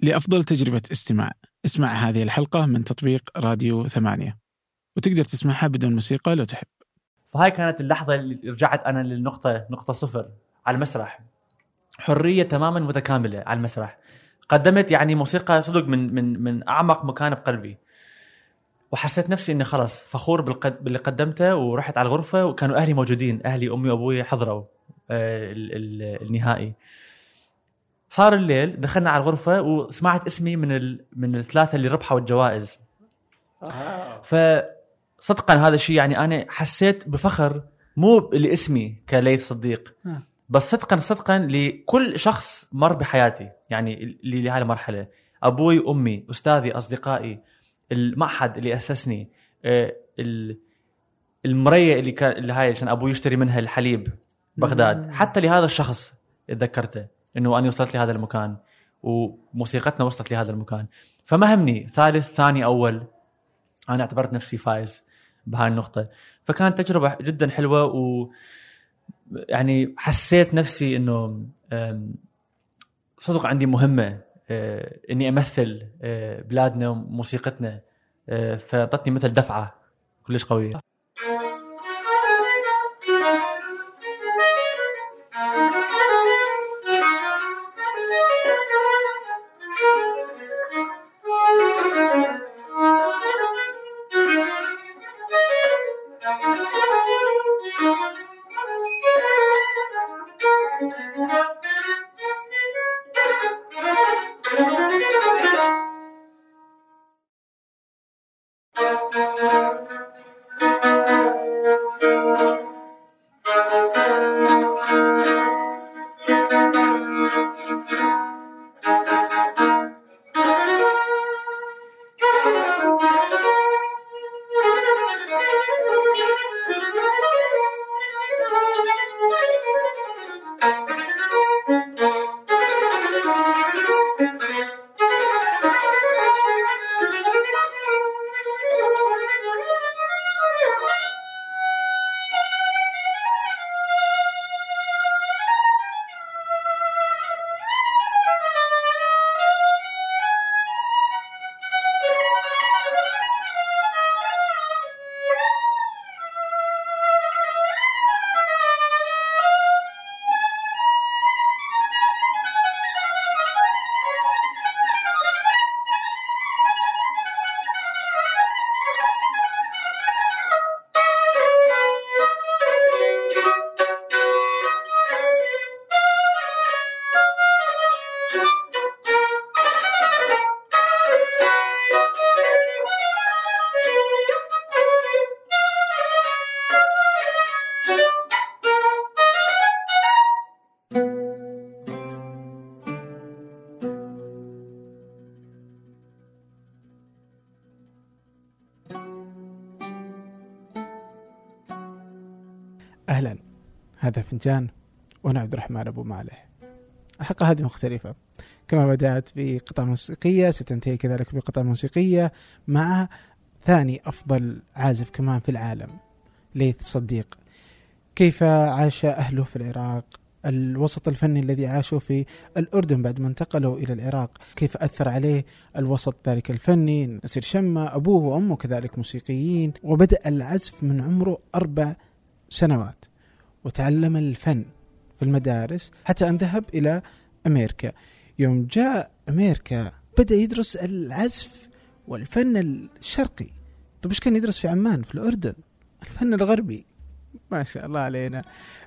لأفضل تجربة استماع. اسمع هذه الحلقة من تطبيق راديو 8، وتقدر تسمعها بدون موسيقى لو تحب. فهاي كانت اللحظة اللي رجعت أنا نقطة صفر على المسرح، حرية تماما متكاملة على المسرح. قدمت يعني موسيقى صدق من أعمق مكان بقلبي، وحسيت نفسي إني خلاص فخور باللي قدمته. ورحت على الغرفة وكانوا أهلي موجودين، أهلي أمي وأبوي حضروا النهائي. صار الليل، دخلنا على الغرفة وسمعت اسمي من الثلاثة اللي ربحوا الجوائز. فصدقا هذا الشيء يعني أنا حسيت بفخر، مو لاسمي كليث صديق، بس صدقا لكل شخص مر بحياتي، يعني اللي لهذه المرحلة. أبوي، أمي، أستاذي، أصدقائي، المعهد اللي أسسني، المرية اللي هاي عشان أبوي يشتري منها الحليب بغداد. حتى لهذا الشخص اتذكرته إنه أنا وصلت لهذا المكان وموسيقتنا وصلت لهذا المكان. فما همني ثالث ثاني أول، أنا اعتبرت نفسي فايز بهاي النقطة. فكانت تجربة جدا حلوة، يعني حسيت نفسي إنه صدق عندي مهمة إني أمثل بلادنا وموسيقتنا. فأعطتني مثل دفعة كلش قوية. أهلا، هذا فنجان وأنا عبد الرحمن أبو مالح. الحلقة هذه مختلفة، كما بدأت بقطعة موسيقية ستنتهي كذلك بقطعة موسيقية مع ثاني أفضل عازف كمان في العالم، ليث صديق. كيف عاش أهله في العراق، الوسط الفني الذي عاشوا في الأردن بعد ما انتقلوا إلى العراق، كيف أثر عليه الوسط ذلك الفني. نسير شمة أبوه وأمه كذلك موسيقيين، وبدأ العزف من عمره 4 سنوات، وتعلم الفن في المدارس حتى أن ذهب إلى أمريكا. يوم جاء أمريكا بدأ يدرس العزف والفن الشرقي. طب إيش كان يدرس في عمان في الأردن؟ الفن الغربي. ما شاء الله علينا.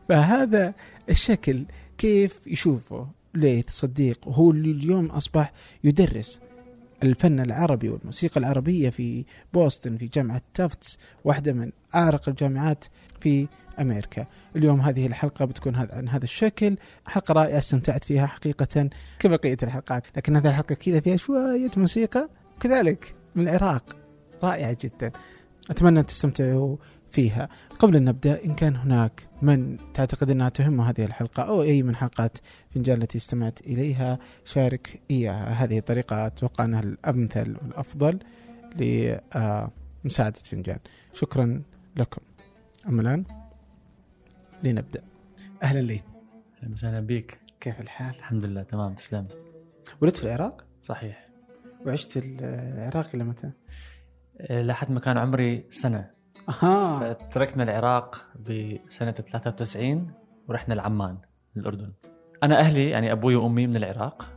فهذا الشكل كيف يشوفه ليث صديق، وهو اللي اليوم أصبح يدرس الفن العربي والموسيقى العربية في بوسطن في جامعة تافتس، واحدة من أعرق الجامعات في أمريكا. اليوم هذه الحلقة بتكون عن هذا الشكل، حلقة رائعة استمتعت فيها حقيقة كبقية الحلقات، لكن هذه الحلقة كذا فيها شوية موسيقى كذلك من العراق رائعة جدا. أتمنى أن تستمتعوا فيها. قبل أن نبدأ، إن كان هناك من تعتقد أنها تهم هذه الحلقة أو أي من حلقات فنجان التي استمعت إليها، شارك إياها. هذه طريقة أتوقع أنها الأمثل والأفضل لمساعدة فنجان. شكرا لكم. أما الآن لنبدأ. أهلا لي. أهلا وسهلا بك. كيف الحال؟ الحمد لله تمام، تسلم. ولدت في العراق؟ صحيح. وعشت العراق إلى متى؟ لحد ما كان عمري سنة. فتركنا العراق بسنة 93 ورحنا لعمان الأردن. أنا أهلي يعني أبوي وأمي من العراق،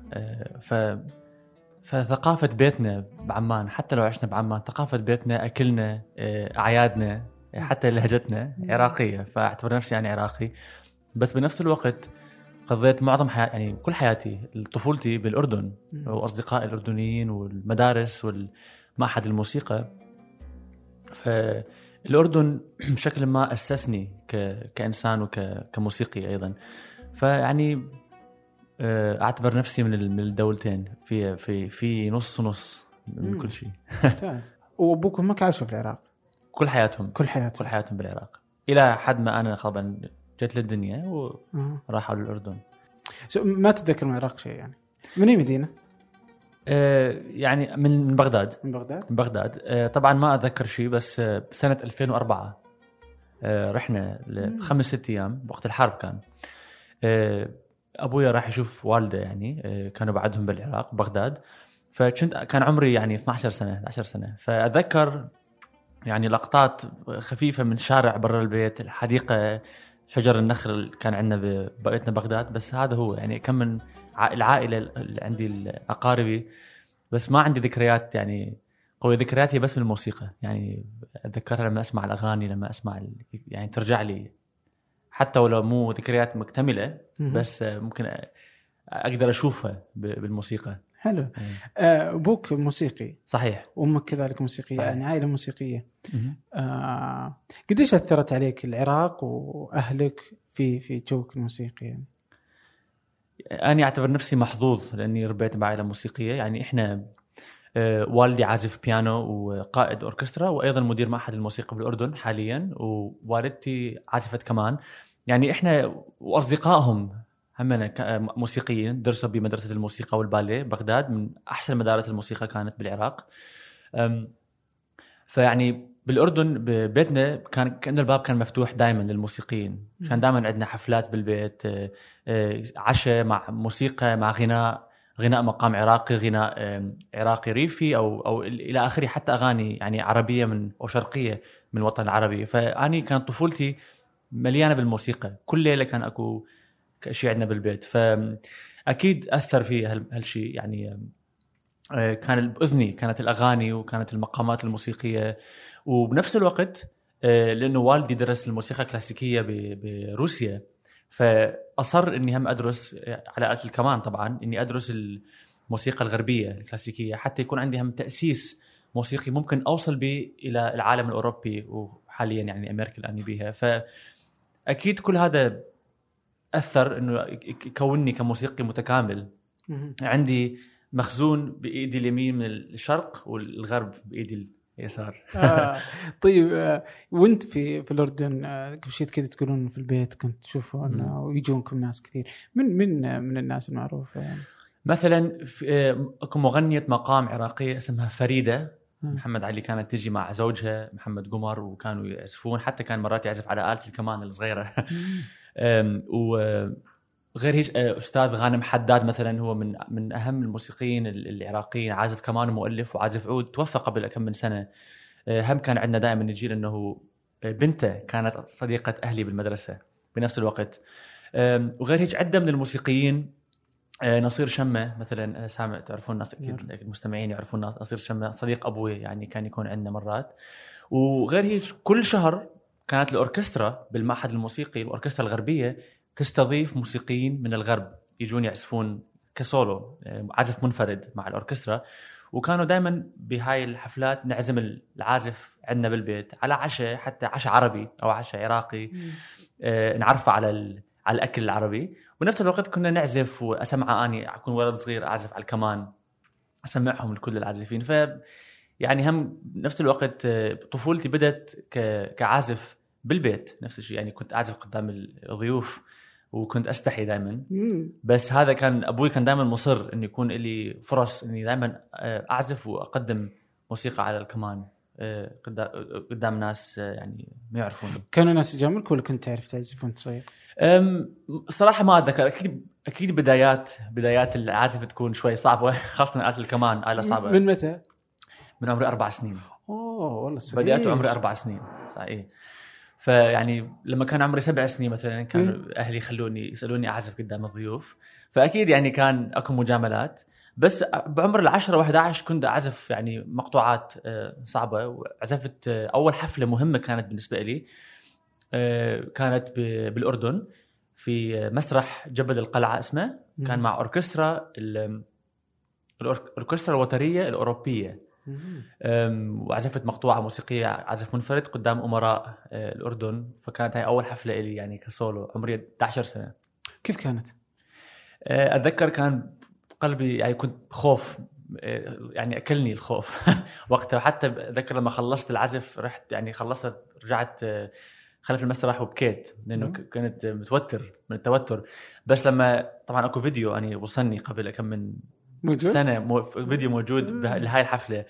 فثقافة بيتنا بعمان، حتى لو عشنا بعمان، ثقافة بيتنا، أكلنا، أعيادنا، حتى لهجتنا عراقية، فأعتبر نفسي يعني عراقي. بس بنفس الوقت قضيت معظم يعني كل حياتي طفولتي بالأردن، وأصدقائي الأردنيين والمدارس والمعهد الموسيقى. فالأردن بشكل ما أسسني كإنسان وكموسيقي أيضا. فيعني أعتبر نفسي من الدولتين، في نص من كل شيء. ممتاز. وأبوك وأمك عاشوا في العراق كل حياتهم بالعراق، إلى حد ما أنا طبعا جيت للدنيا وراحوا للأردن. ما تتذكر من العراق شيء يعني؟ من أي مدينة؟ يعني من بغداد. من بغداد. طبعا ما أتذكر شيء، بس سنة 2004 رحنا ل5-6 أيام وقت الحرب. كان أبويا راح يشوف والده، يعني كانوا بعدهم بالعراق بغداد. كان عمري يعني 12 سنة. فأتذكر يعني لقطات خفيفة من شارع برا البيت، الحديقة، شجر النخل كان عندنا ببيتنا بغداد. بس هذا هو يعني كم من العائلة اللي عندي، أقاربي، بس ما عندي ذكريات يعني قوية. ذكرياتي بس من الموسيقى، يعني أتذكرها لما أسمع الأغاني، لما أسمع يعني ترجع لي، حتى ولو مو ذكريات مكتملة، بس ممكن أقدر أشوفها بالموسيقى. حلو. أبوك موسيقي صحيح، وأمك كذلك موسيقية، صحيح. يعني عائلة موسيقية. قديش أثرت عليك العراق وأهلك في جوك الموسيقي يعني؟ أنا أعتبر نفسي محظوظ لأني ربيت بعائلة موسيقية. يعني إحنا والدي عازف بيانو وقائد أوركسترا، وأيضا مدير معهد الموسيقى بالأردن حاليا، ووالدتي عازفة كمان. يعني إحنا وأصدقائهم همنا موسيقيين، درسوا بمدرسة الموسيقى والباليه بغداد، من أحسن مدارس الموسيقى كانت بالعراق. فيعني بالأردن ببيتنا كأن الباب كان مفتوح دائما للموسيقيين. كان دائما عندنا حفلات بالبيت، عشاء مع موسيقى، مع غناء مقام عراقي، غناء عراقي ريفي أو إلى آخره، حتى أغاني يعني عربية أو شرقية من الوطن العربي. فأني كانت طفولتي مليانة بالموسيقى، كل ليلة كان أكو شيء عندنا بالبيت. فأكيد أثر فيه هالشيء. يعني كان بأذني كانت الأغاني وكانت المقامات الموسيقية. وبنفس الوقت لأنه والدي درس الموسيقى الكلاسيكية بروسيا، فأصر إني هم أدرس على آلة الكمان، طبعا إني أدرس الموسيقى الغربية الكلاسيكية، حتى يكون عندي هم تأسيس موسيقي ممكن أوصل به إلى العالم الأوروبي، وحاليا يعني أمريكا الآن بها. فأكيد كل هذا أثر إنه يكونني كموسيقي متكامل. عندي مخزون بإيدي اليمين من الشرق، والغرب بإيدي اليسار. طيب، وانت في الأردن قبل شيء كذا تقولون في البيت كنت تشوفون ويجونكم ناس كثير من الناس المعروفة يعني؟ مثلا اكو مغنية مقام عراقية اسمها فريدة محمد علي، كانت تجي مع زوجها محمد قمر، وكانوا يعزفون، حتى كان مرات يعزف على آلة الكمان الصغيرة. وغير هيك أستاذ غانم حداد مثلا، هو من أهم الموسيقيين العراقيين، عازف كمان ومؤلف وعازف عود، توفى قبل كم من سنة. هم كان عندنا دائما نجيل أنه بنته كانت صديقة أهلي بالمدرسة بنفس الوقت. وغير هيك عدة من الموسيقيين، نصير شمة مثلا، سامع تعرفون الناس، المستمعين يعرفون نصير شمة، صديق أبوي يعني كان يكون عندنا مرات. وغير هيك كل شهر كانت الأوركسترا بالمعهد الموسيقي، الأوركسترا الغربية، تستضيف موسيقيين من الغرب يجون يعزفون كسولو، عزف منفرد مع الأوركسترا. وكانوا دائما بهاي الحفلات نعزم العازف عندنا بالبيت على عشاء، حتى عشاء عربي أو عشاء عراقي، نعرفه على الأكل العربي. ونفس الوقت كنا نعزف، وأسمع أني أكون ولد صغير أعزف على الكمان، أسمعهم لكل العازفين. يعني هم نفس الوقت طفولتي بدت كعازف بالبيت نفس الشيء، يعني كنت أعزف قدام الضيوف وكنت أستحي دائما. بس هذا كان أبوي كان دائما مصر إنه يكون لي فرص إني دائما أعزف وأقدم موسيقى على الكمان قدام ناس يعني ما يعرفوني. كانوا ناس يجاملك ولا كنت تعرف تعزف وانت صغير؟ صراحة ما أتذكر. أكيد بدايات العازف تكون شوي صعبة، خاصة آلة الكمان آلة صعبة. من متى؟ من عمري 4 سنين. اوه والله صغير. بدأت عمري 4 سنين صحيح. فيعني لما كان عمري 7 سنين مثلا كانوا أهلي يسألوني أعزف قدام الضيوف، فأكيد يعني كان أكو مجاملات. بس بعمر 10 و11 كنت أعزف يعني مقطوعات صعبة. وعزفت أول حفلة مهمة كانت بالنسبة لي كانت بالأردن في مسرح جبل القلعة اسمه. كان مع أوركسترا الأوركسترا الوترية الأوروبية. وعزفت مقطوعة موسيقية عزف منفرد قدام أمراء الأردن. فكانت هاي أول حفلة لي يعني كسولو. عمري 11 سنة. كيف كانت؟ أتذكر كان قلبي يعني كنت خوف، يعني أكلني الخوف وقتها. حتى أتذكر لما خلصت العزف رحت يعني خلصت رجعت خلف المسرح وبكيت لأنه كنت متوتر من التوتر. بس لما طبعا أكو فيديو يعني وصلني قبل كم من سنة فيديو موجود لهاي الحفلة.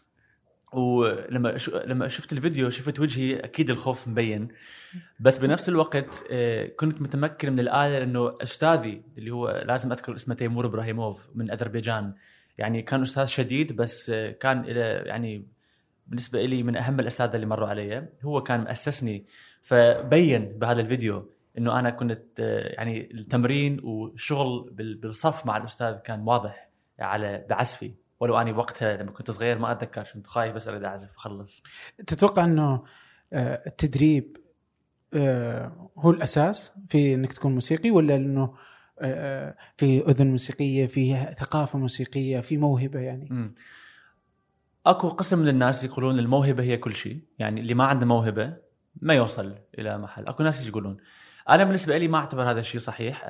ولما شفت الفيديو شفت وجهي أكيد الخوف مبين. بس بنفس الوقت كنت متمكن من الآلة إنه أستاذي اللي هو لازم أذكر اسمه تيمور إبراهيموف من أذربيجان. يعني كان أستاذ شديد بس كان يعني بالنسبة لي من أهم الأساتذة اللي مروا علي. هو كان مؤسسني. فبين بهذا الفيديو إنه أنا كنت يعني التمرين والشغل بالصف مع الأستاذ كان واضح على بعزفي. ولو أنا وقتها لما كنت صغير ما أتذكر كنت خايف بس أريد أعزف أخلص. تتوقع إنه التدريب هو الأساس في إنك تكون موسيقي، ولا إنه في أذن موسيقية، في ثقافة موسيقية، في موهبة يعني؟ أكو قسم من الناس يقولون الموهبة هي كل شيء. يعني اللي ما عنده موهبة ما يوصل إلى محل. أكو ناس يقولون. أنا بالنسبة لي ما أعتبر هذا الشيء صحيح.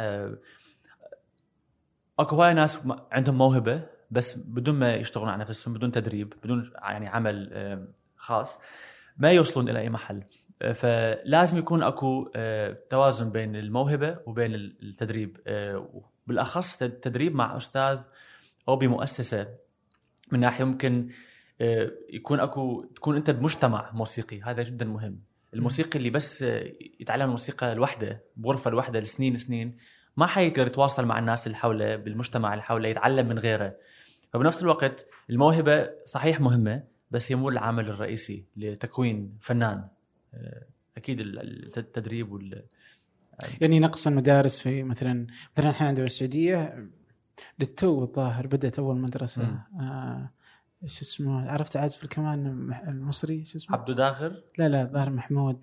أكو هواي ناس عندهم موهبة بس بدون ما يشتغلون على نفسهم، بدون تدريب، بدون يعني عمل خاص ما يوصلون إلى أي محل. فلازم يكون أكو توازن بين الموهبة وبين التدريب. بالأخص التدريب مع أستاذ أو بمؤسسة. من ناحية ممكن تكون أنت بمجتمع موسيقي. هذا جدا مهم. الموسيقي اللي بس يتعلم الموسيقى الوحدة بغرفة الوحدة لسنين ما حيقدر يتواصل مع الناس اللي حوله بالمجتمع اللي حوله، يتعلم من غيره. فبنفس الوقت الموهبة صحيح مهمة بس هي مو العامل الرئيسي لتكوين فنان. أكيد التدريب يعني نقص المدارس في مثلا احنا عندنا السعودية للتو الظاهر بدأت أول مدرسة إيش اسمه، عرفت عازف الكمان المصري إيش اسمه؟ عبدو داخر؟ لا ظاهر محمود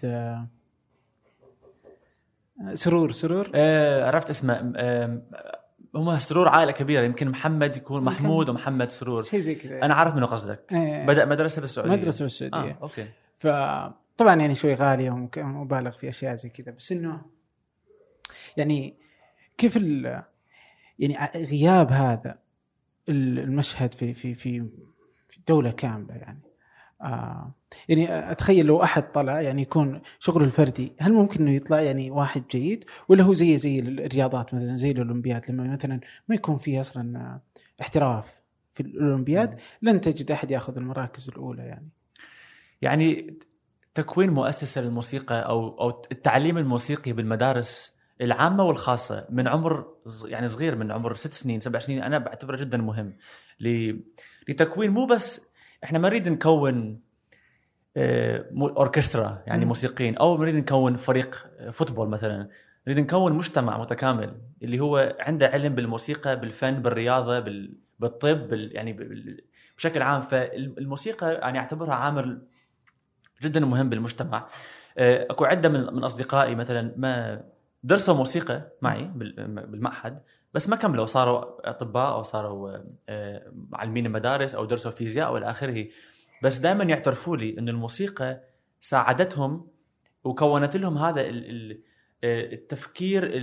سرور. عرفت اسمه. هم سرور عائلة كبيرة. يمكن محمد يكون محمود ومحمد سرور شيء زي كذا. أنا عارف منه قصدك. بدأ مدرسة بالسعودية. أوكي. فطبعا يعني شوي غالية ومبالغ في أشياء زي كذا. بس إنه يعني كيف يعني غياب هذا المشهد في دولة كاملة يعني. يعني أتخيل لو أحد طلع يعني يكون شغله الفردي، هل ممكن إنه يطلع يعني واحد جيد، ولا هو زي الرياضات مثلا زي الأولمبياد لما مثلا ما يكون فيه أصلا احتراف في الأولمبياد لن تجد أحد يأخذ المراكز الأولى يعني تكوين مؤسسة للموسيقى أو التعليم الموسيقي بالمدارس العامة والخاصة من عمر يعني صغير، من عمر 6 سنين 7 سنين، أنا بعتبره جدا مهم لتكوين. مو بس إحنا ما نريد نكون أوركسترا يعني موسيقيين، أو نريد نكون فريق فوتبول مثلا. نريد نكون مجتمع متكامل اللي هو عنده علم بالموسيقى، بالفن، بالرياضة، بالطب، يعني بشكل عام. فالموسيقى أنا أعتبرها عامل جدا مهم بالمجتمع. أكو عدة من أصدقائي مثلا ما درسوا موسيقى معي بالمعهد بس ما كملوا، صاروا أطباء أو صاروا معلمين مدارس أو درسوا فيزياء أو الآخره. بس دائما يعترفوا لي أن الموسيقى ساعدتهم وكونت لهم هذا التفكير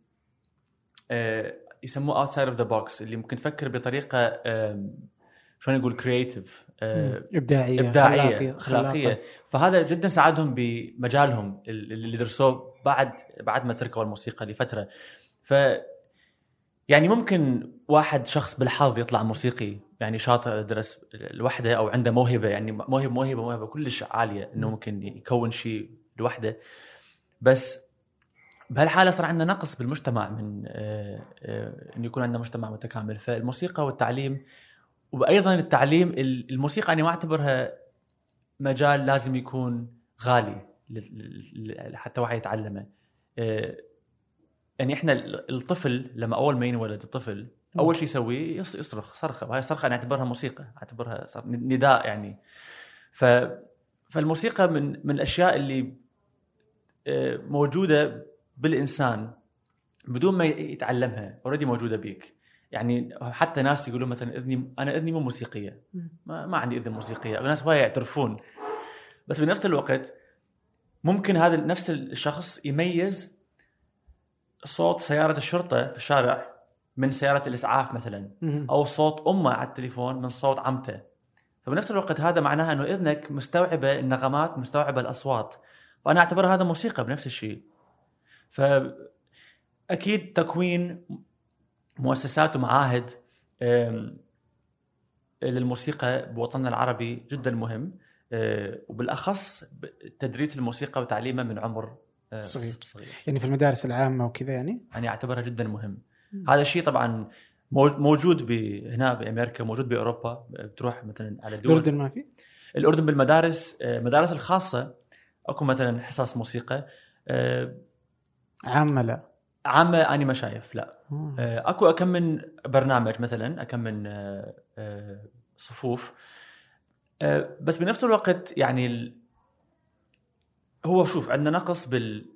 يسموه outside of the box، اللي ممكن تفكر بطريقة شلون نقول creative، إبداعية خلاقية. فهذا جدا ساعدهم بمجالهم اللي درسوه بعد ما تركوا الموسيقى لفترة. يعني ممكن شخص بالحظ يطلع موسيقي يعني شاطر درس لوحده او عنده موهبه، يعني موهبه كلش عاليه انه ممكن يكون شيء لوحده. بس بهالحاله صار عندنا نقص بالمجتمع من انه يكون عندنا مجتمع متكامل. فالموسيقى والتعليم، وايضا التعليم، الموسيقى انا ما اعتبرها مجال لازم يكون غالي حتى واحد يتعلمه. يعني احنا الطفل لما اول ما ينولد الطفل اول شيء يسويه يصرخ صرخه، وهي الصرخه انا اعتبرها موسيقى، اعتبرها نداء يعني. فالموسيقى من الاشياء اللي موجوده بالانسان بدون ما يتعلمها، اوريدي موجوده بيك. يعني حتى ناس يقولوا مثلا اذني مو موسيقيه، ما عندي اذن موسيقيه، وناس هواي يعترفون. بس بنفس الوقت ممكن هذا نفس الشخص يميز صوت سياره الشرطه في الشارع من سياره الاسعاف مثلا، او صوت امه على التليفون من صوت عمته. فبنفس الوقت هذا معناها انه اذنك مستوعبه النغمات، مستوعبه الاصوات، فانا اعتبر هذا موسيقى بنفس الشيء. فاكيد تكوين مؤسسات ومعاهد للموسيقى بوطننا العربي جدا مهم، وبالاخص تدريس الموسيقى وتعليمها من عمر صغير. يعني في المدارس العامه وكذا، يعني اعتبرها جدا مهم. هذا الشيء طبعا موجود هنا بامريكا، موجود باوروبا. بتروح مثلا على دول الاردن ما في؟ الاردن بالمدارس الخاصه اكو مثلا حصص موسيقى عامه. لا عامه انا ما شايف، لا. اكو كم من برنامج مثلا، كم من صفوف. بس بنفس الوقت يعني هو شوف عندنا نقص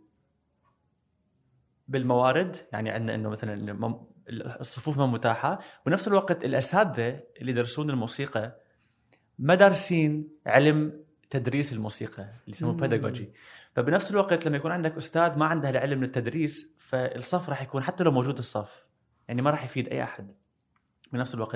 بالموارد. يعني عندنا انه مثلا الصفوف ما متاحه، ونفس الوقت الاساتذه اللي يدرسون الموسيقى ما دارسين علم تدريس الموسيقى اللي يسموه بيداغوجي. فبنفس الوقت لما يكون عندك استاذ ما عنده العلم من التدريس، فالصف راح يكون حتى لو موجود الصف يعني ما راح يفيد اي احد بنفس الوقت.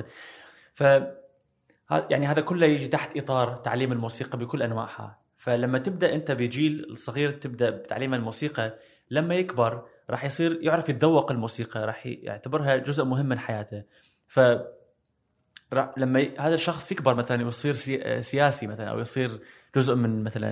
يعني هذا كله يجي تحت اطار تعليم الموسيقى بكل انواعها. فلما تبدا انت بجيل الصغير تبدا بتعليم الموسيقى، لما يكبر راح يصير يعرف يتذوق الموسيقى، راح يعتبرها جزء مهم من حياته. لما هذا الشخص يكبر مثلا ويصير سياسي مثلا، او يصير جزء من مثلا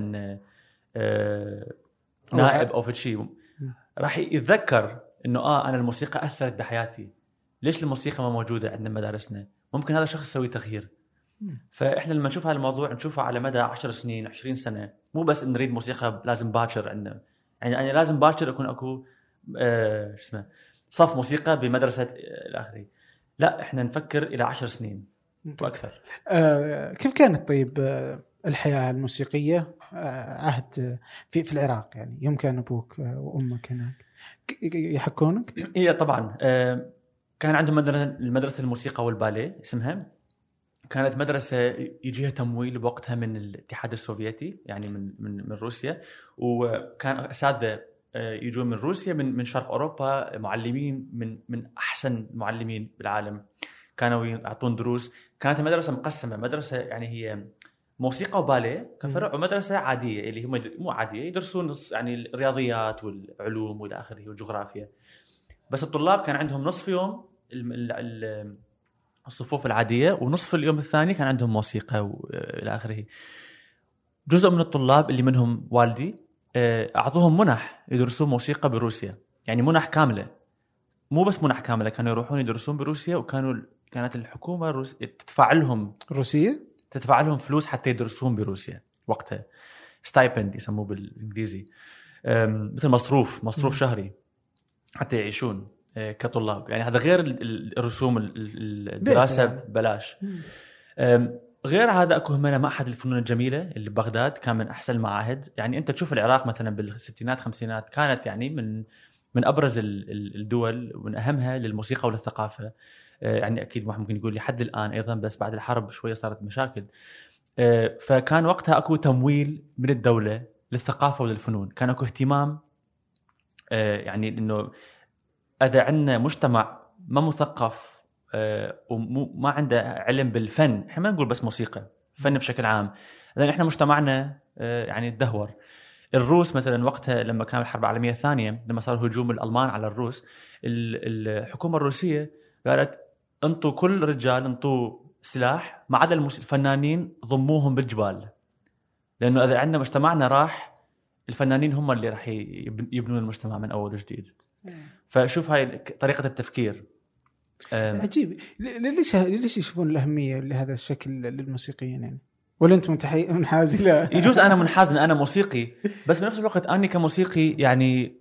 نائب او في شيء، راح يتذكر انه انا الموسيقى اثرت بحياتي. ليش الموسيقى ما موجوده عندنا مدارسنا؟ ممكن هذا الشخص يسوي تغيير. فاحنا لما نشوف هذا الموضوع نشوفه على مدى 10 سنين 20 سنه، مو بس نريد موسيقى لازم باكر عندنا. يعني انا لازم باكر يكون اكو صف موسيقى بمدرسه الاخري. لا، احنا نفكر الى 10 سنين واكثر. كيف كانت طيب الحياه الموسيقيه عهد في العراق؟ يعني يوم كان ابوك وامك هناك يحكونك؟ هي طبعا كان عندهم المدرسه الموسيقى والباليه اسمها. كانت مدرسه يجيها تمويل بوقتها من الاتحاد السوفيتي، يعني من روسيا. وكان اساتذه يجون من روسيا، من شرق اوروبا، معلمين من احسن المعلمين بالعالم كانوا يعطون دروس. كانت المدرسه مقسمه، مدرسه يعني هي موسيقى وباليه كفرع، ومدرسه عاديه اللي هم مو عاديه يدرسون يعني الرياضيات والعلوم والى اخره والجغرافيا. بس الطلاب كان عندهم نصف يوم الصفوف العاديه، ونصف اليوم الثاني كان عندهم موسيقى والى اخره. جزء من الطلاب اللي منهم والدي اعطوهم منح يدرسون موسيقى بروسيا، يعني منح كامله، مو بس منح كامله، كانوا يروحون يدرسون بروسيا، كانت الحكومه تدفع لهم فلوس حتى يدرسون بروسيا وقتها. ستايبند يسموه بالانجليزي، مثل مصروف شهري حتى يعيشون كطلاب. يعني هذا غير الرسوم الدراسه ببلاش. غير هذا اكو همنا معهد الفنون الجميله اللي ببغداد، كان من احسن المعاهد. يعني انت تشوف العراق مثلا بالستينات خمسينات كانت يعني من ابرز الدول ومن اهمها للموسيقى وللثقافه. يعني اكيد ما ممكن يقول لحد الان ايضا، بس بعد الحرب شويه صارت مشاكل. فكان وقتها اكو تمويل من الدوله للثقافه وللفنون، كان اكو اهتمام. يعني انه اذا عندنا مجتمع ما مثقف وما عنده علم بالفن، احنا ما نقول بس موسيقى، فن بشكل عام، لان احنا مجتمعنا يعني تدهور. الروس مثلا وقتها لما كان الحرب العالميه الثانيه، لما صار هجوم الالمان على الروس، الحكومه الروسيه قالت انطوا كل رجال، انطوا سلاح ما عدا الفنانين ضموهم بالجبال، لأنه إذا عندنا مجتمعنا راح، الفنانين هم اللي راح يبنون المجتمع من أول وجديد. فشوف هاي طريقة التفكير. عجيب. ليش يشوفون الأهمية لهذا الشكل للموسيقيين يعني؟ ولا أنت منحاز له؟ يجوز أنا منحاز لأن أنا موسيقي، بس بنفس الوقت أني كموسيقي يعني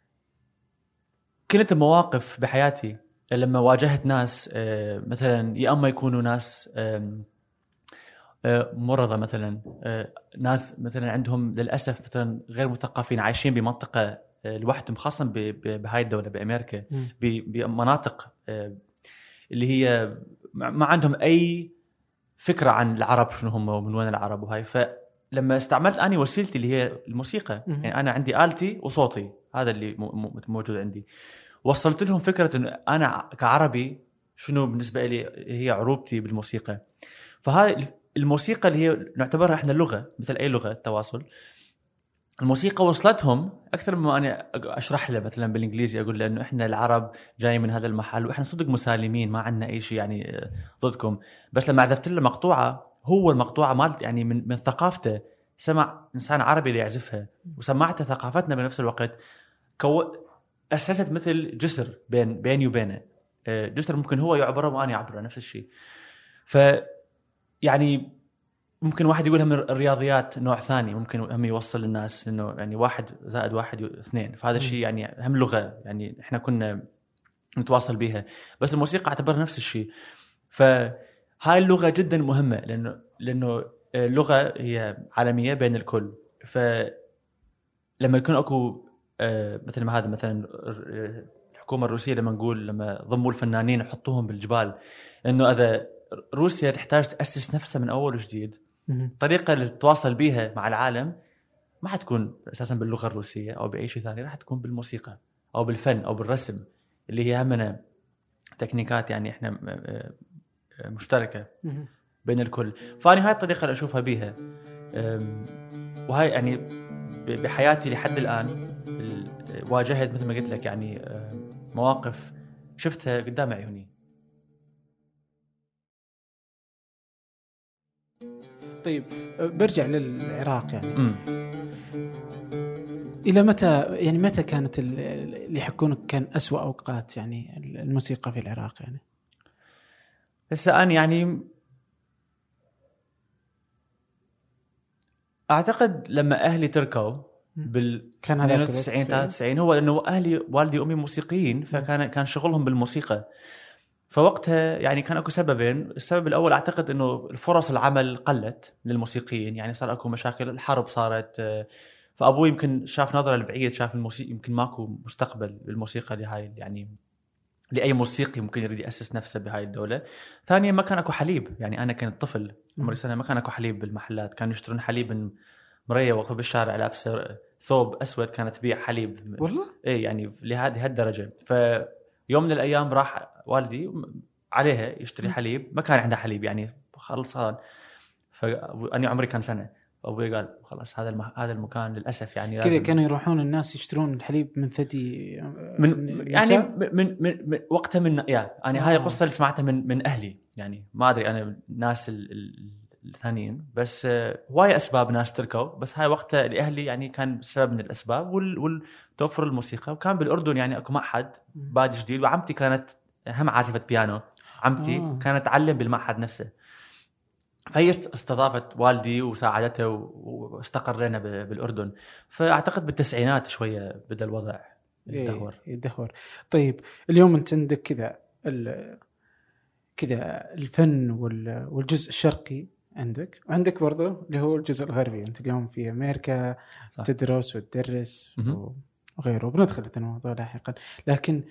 كنت مواقف بحياتي لما واجهت ناس مثلا يا اما يكونوا ناس مرضى، مثلا ناس مثلا عندهم للاسف مثلا غير مثقفين عايشين بمنطقه لوحدهم، خاصه بهاي الدوله بامريكا، بمناطق اللي هي ما عندهم اي فكره عن العرب شنو هم ومن وين العرب وهاي. فلما استعملت اني وسيلتي اللي هي الموسيقى، يعني انا عندي آلتي وصوتي، هذا اللي موجود عندي، وصلت لهم فكرة أنه أنا كعربي شنو بالنسبة لي هي عروبتي بالموسيقى. فهاي الموسيقى اللي هي نعتبرها إحنا اللغة، مثل أي لغة تواصل، الموسيقى وصلتهم أكثر مما أنا أشرح له مثلا بالإنجليزي، أقول له أنه إحنا العرب جاي من هذا المحل وإحنا صدق مسالمين، ما عندنا أي شيء يعني ضدكم. بس لما عزفت له مقطوعة، هو المقطوعة مالت يعني من ثقافته، سمع إنسان عربي اللي يعزفها وسمعته ثقافتنا بنفس الوقت، أسست مثل جسر بيني وبينه، جسر ممكن هو يعبره وأنا أعبره نفس الشيء. يعني ممكن واحد يقول هم الرياضيات نوع ثاني، ممكن هم يوصل للناس إنه يعني 1 زائد 1 2، فهذا الشيء يعني هم لغة يعني إحنا كنا نتواصل بها، بس الموسيقى أعتبرها نفس الشيء. فهاي اللغة جدا مهمة، لأنه اللغة هي عالمية بين الكل. فلما يكون أكو مثل ما هذا مثلا الحكومة الروسية لما ضموا الفنانين وحطوهم بالجبال، إنه إذا روسيا تحتاج تأسس نفسها من أول وجديد، طريقة للتواصل بيها مع العالم ما حتكون أساسا باللغة الروسية أو بأي شيء ثاني، راح تكون بالموسيقى أو بالفن أو بالرسم، اللي هي همنا تكنيكات يعني إحنا مشتركة بين الكل. فأنا هاي الطريقة اللي أشوفها بيها، وهاي يعني بحياتي لحد الآن واجهت مثل ما قلت لك يعني مواقف شفتها قدام عيوني. طيب برجع للعراق يعني إلى متى كانت اللي يحكونك كان أسوأ أوقات يعني الموسيقى في العراق يعني؟ هسه أنا يعني أعتقد لما أهلي تركوا بال 92 93، هو لأنه أهلي والدي وأمي موسيقيين، كان شغلهم بالموسيقى. فوقتها يعني كان أكو سببين. السبب الأول أعتقد إنه الفرص العمل قلت للموسيقيين، يعني صار أكو مشاكل، الحرب صارت، فأبوي يمكن شاف نظرة البعيد، شاف الموسيقى يمكن ماكو مستقبل بالموسيقى لهاي يعني لأي موسيقي ممكن يريد يأسس نفسه بهاي الدولة. ثانيا ما كان أكو حليب، يعني أنا كنت طفل عمري سنة، ما كان أكو حليب بالمحلات، كانوا يشترون حليب من مرية وقف بالشارع لابسة ثوب أسود كانت تبيع حليب. والله؟ إيه يعني لهذه الدرجة. فيوم من الأيام راح والدي عليها يشتري حليب، ما كان عنده حليب يعني خلصان، فأنا عمري كان سنة، أبوي قال خلاص هذا المكان للأسف يعني كذا كانوا يروحون الناس يشترون الحليب من ثدي يعني من وقتها من يعني هاي قصة اللي سمعتها من أهلي، يعني ما أدري أنا الناس الثانيين، بس هواي أسباب ناس تركوا، بس هاي وقتها لأهلي يعني كان سبب من الأسباب والتوفر الموسيقى. وكان بالأردن يعني أكو معهد بادي جديد، وعمتي كانت هم عازفة بيانو، عمتي كانت تعلم بالمعهد نفسه، فهي استضافت والدي وساعدته واستقرينا بالأردن. فأعتقد بالتسعينات شوية بدأ الوضع يدهور. طيب اليوم أنت عندك كذا الفن والجزء الشرقي عندك، وعندك برضو اللي هو الجزء الغربي. أنت اليوم في أمريكا صح. تدرس وتدرس وغيره، بندخل في الموضوع لاحقا. لكن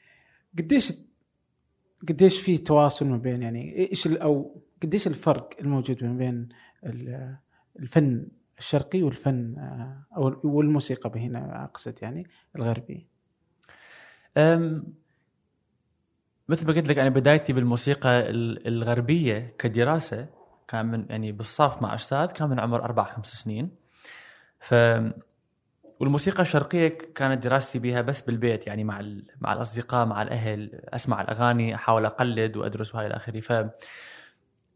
قديش في تواصل ما بين يعني أو قديش الفرق الموجود ما بين الفن الشرقي والفن أو والموسيقى هنا أقصد يعني الغربي؟ مثل ما قلت لك أنا بدايتي بالموسيقى الغربية كدراسة كان من يعني بالصف مع أستاذ كان من عمر 4-5 سنين. والموسيقى الشرقية كانت دراستي بها بس بالبيت، يعني مع الأصدقاء مع الأهل، أسمع الأغاني أحاول أقلد وأدرس وهاي الآخري.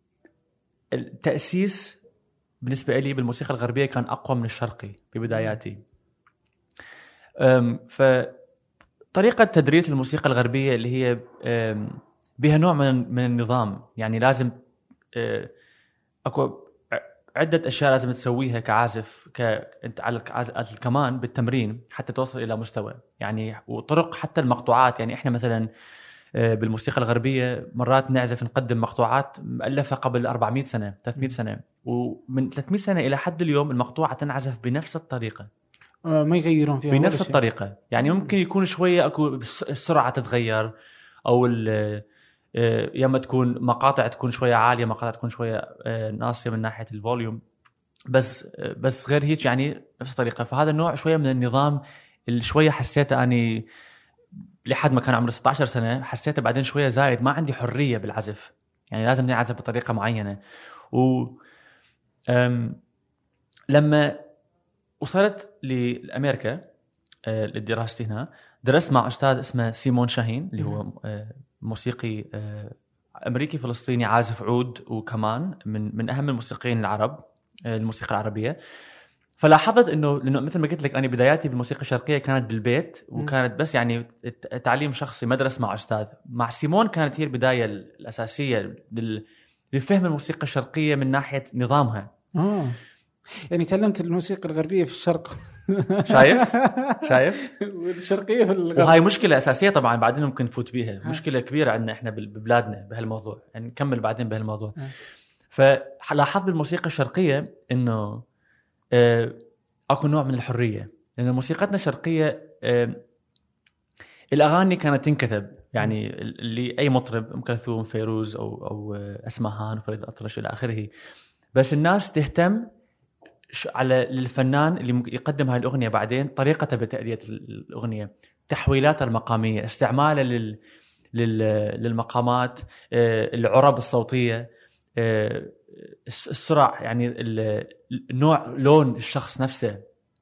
التأسيس بالنسبة لي بالموسيقى الغربية كان أقوى من الشرقي في بداياتي. فطريقة تدريس الموسيقى الغربية اللي هي بها نوع من النظام، يعني لازم أكو عدة أشياء لازم تسويها كعازف أنت على الكمان بالتمرين حتى توصل إلى مستوى يعني، وطرق حتى المقطوعات. يعني إحنا مثلا بالموسيقى الغربية مرات نعزف نقدم مقطوعات مؤلفة قبل 400 سنة 300 سنة، ومن 300 سنة إلى حد اليوم المقطوعة تنعزف بنفس الطريقة، ما يغيرون فيها بنفس الطريقة. يعني ممكن يكون شوية أكو السرعة تتغير، أو ياما تكون مقاطع تكون شوية عالية، مقاطع تكون شوية ناصية من ناحية الفوليوم، بس غير هيك يعني نفس الطريقة. فهذا النوع شوية من النظام اللي شوية حسيته أني لحد ما كان عمري 16 سنة حسيته بعدين شوية زايد، ما عندي حرية بالعزف، يعني لازم نعزف بطريقة معينة. لما وصلت لأمريكا للدراسة هنا، درست مع أستاذ اسمه سيمون شاهين اللي هو موسيقي أمريكي فلسطيني عازف عود وكمان من أهم الموسيقيين العرب الموسيقى العربية. فلاحظت إنه لأنه مثل ما قلت لك أنا بداياتي بالموسيقى الشرقية كانت بالبيت، وكانت بس يعني تعليم شخصي، مدرسة مع أستاذ. مع سيمون كانت هي البداية الأساسية لفهم الموسيقى الشرقية من ناحية نظامها. يعني تعلمت الموسيقى الغربية في الشرق. شايف والشرقية في الغرب، وهاي مشكلة أساسية طبعا بعدين ممكن نفوت بيها. مشكلة كبيرة عندنا إحنا ببلادنا بهالموضوع، يعني نكمل بعدين بهالموضوع. فلاحظت بالموسيقى الشرقية إنه أكو نوع من الحرية، لأن موسيقتنا الشرقية الأغاني كانت تنكتب، يعني اللي أي مطرب أم كلثوم فيروز أو أسمهان فريد الأطرش إلى آخره، بس الناس تهتم على الفنان اللي يقدم هاي الأغنية بعدين، طريقته بتأدية الأغنية، تحويلاته المقامية، استعماله للمقامات، العرب الصوتية، السرعة، يعني النوع لون الشخص نفسه.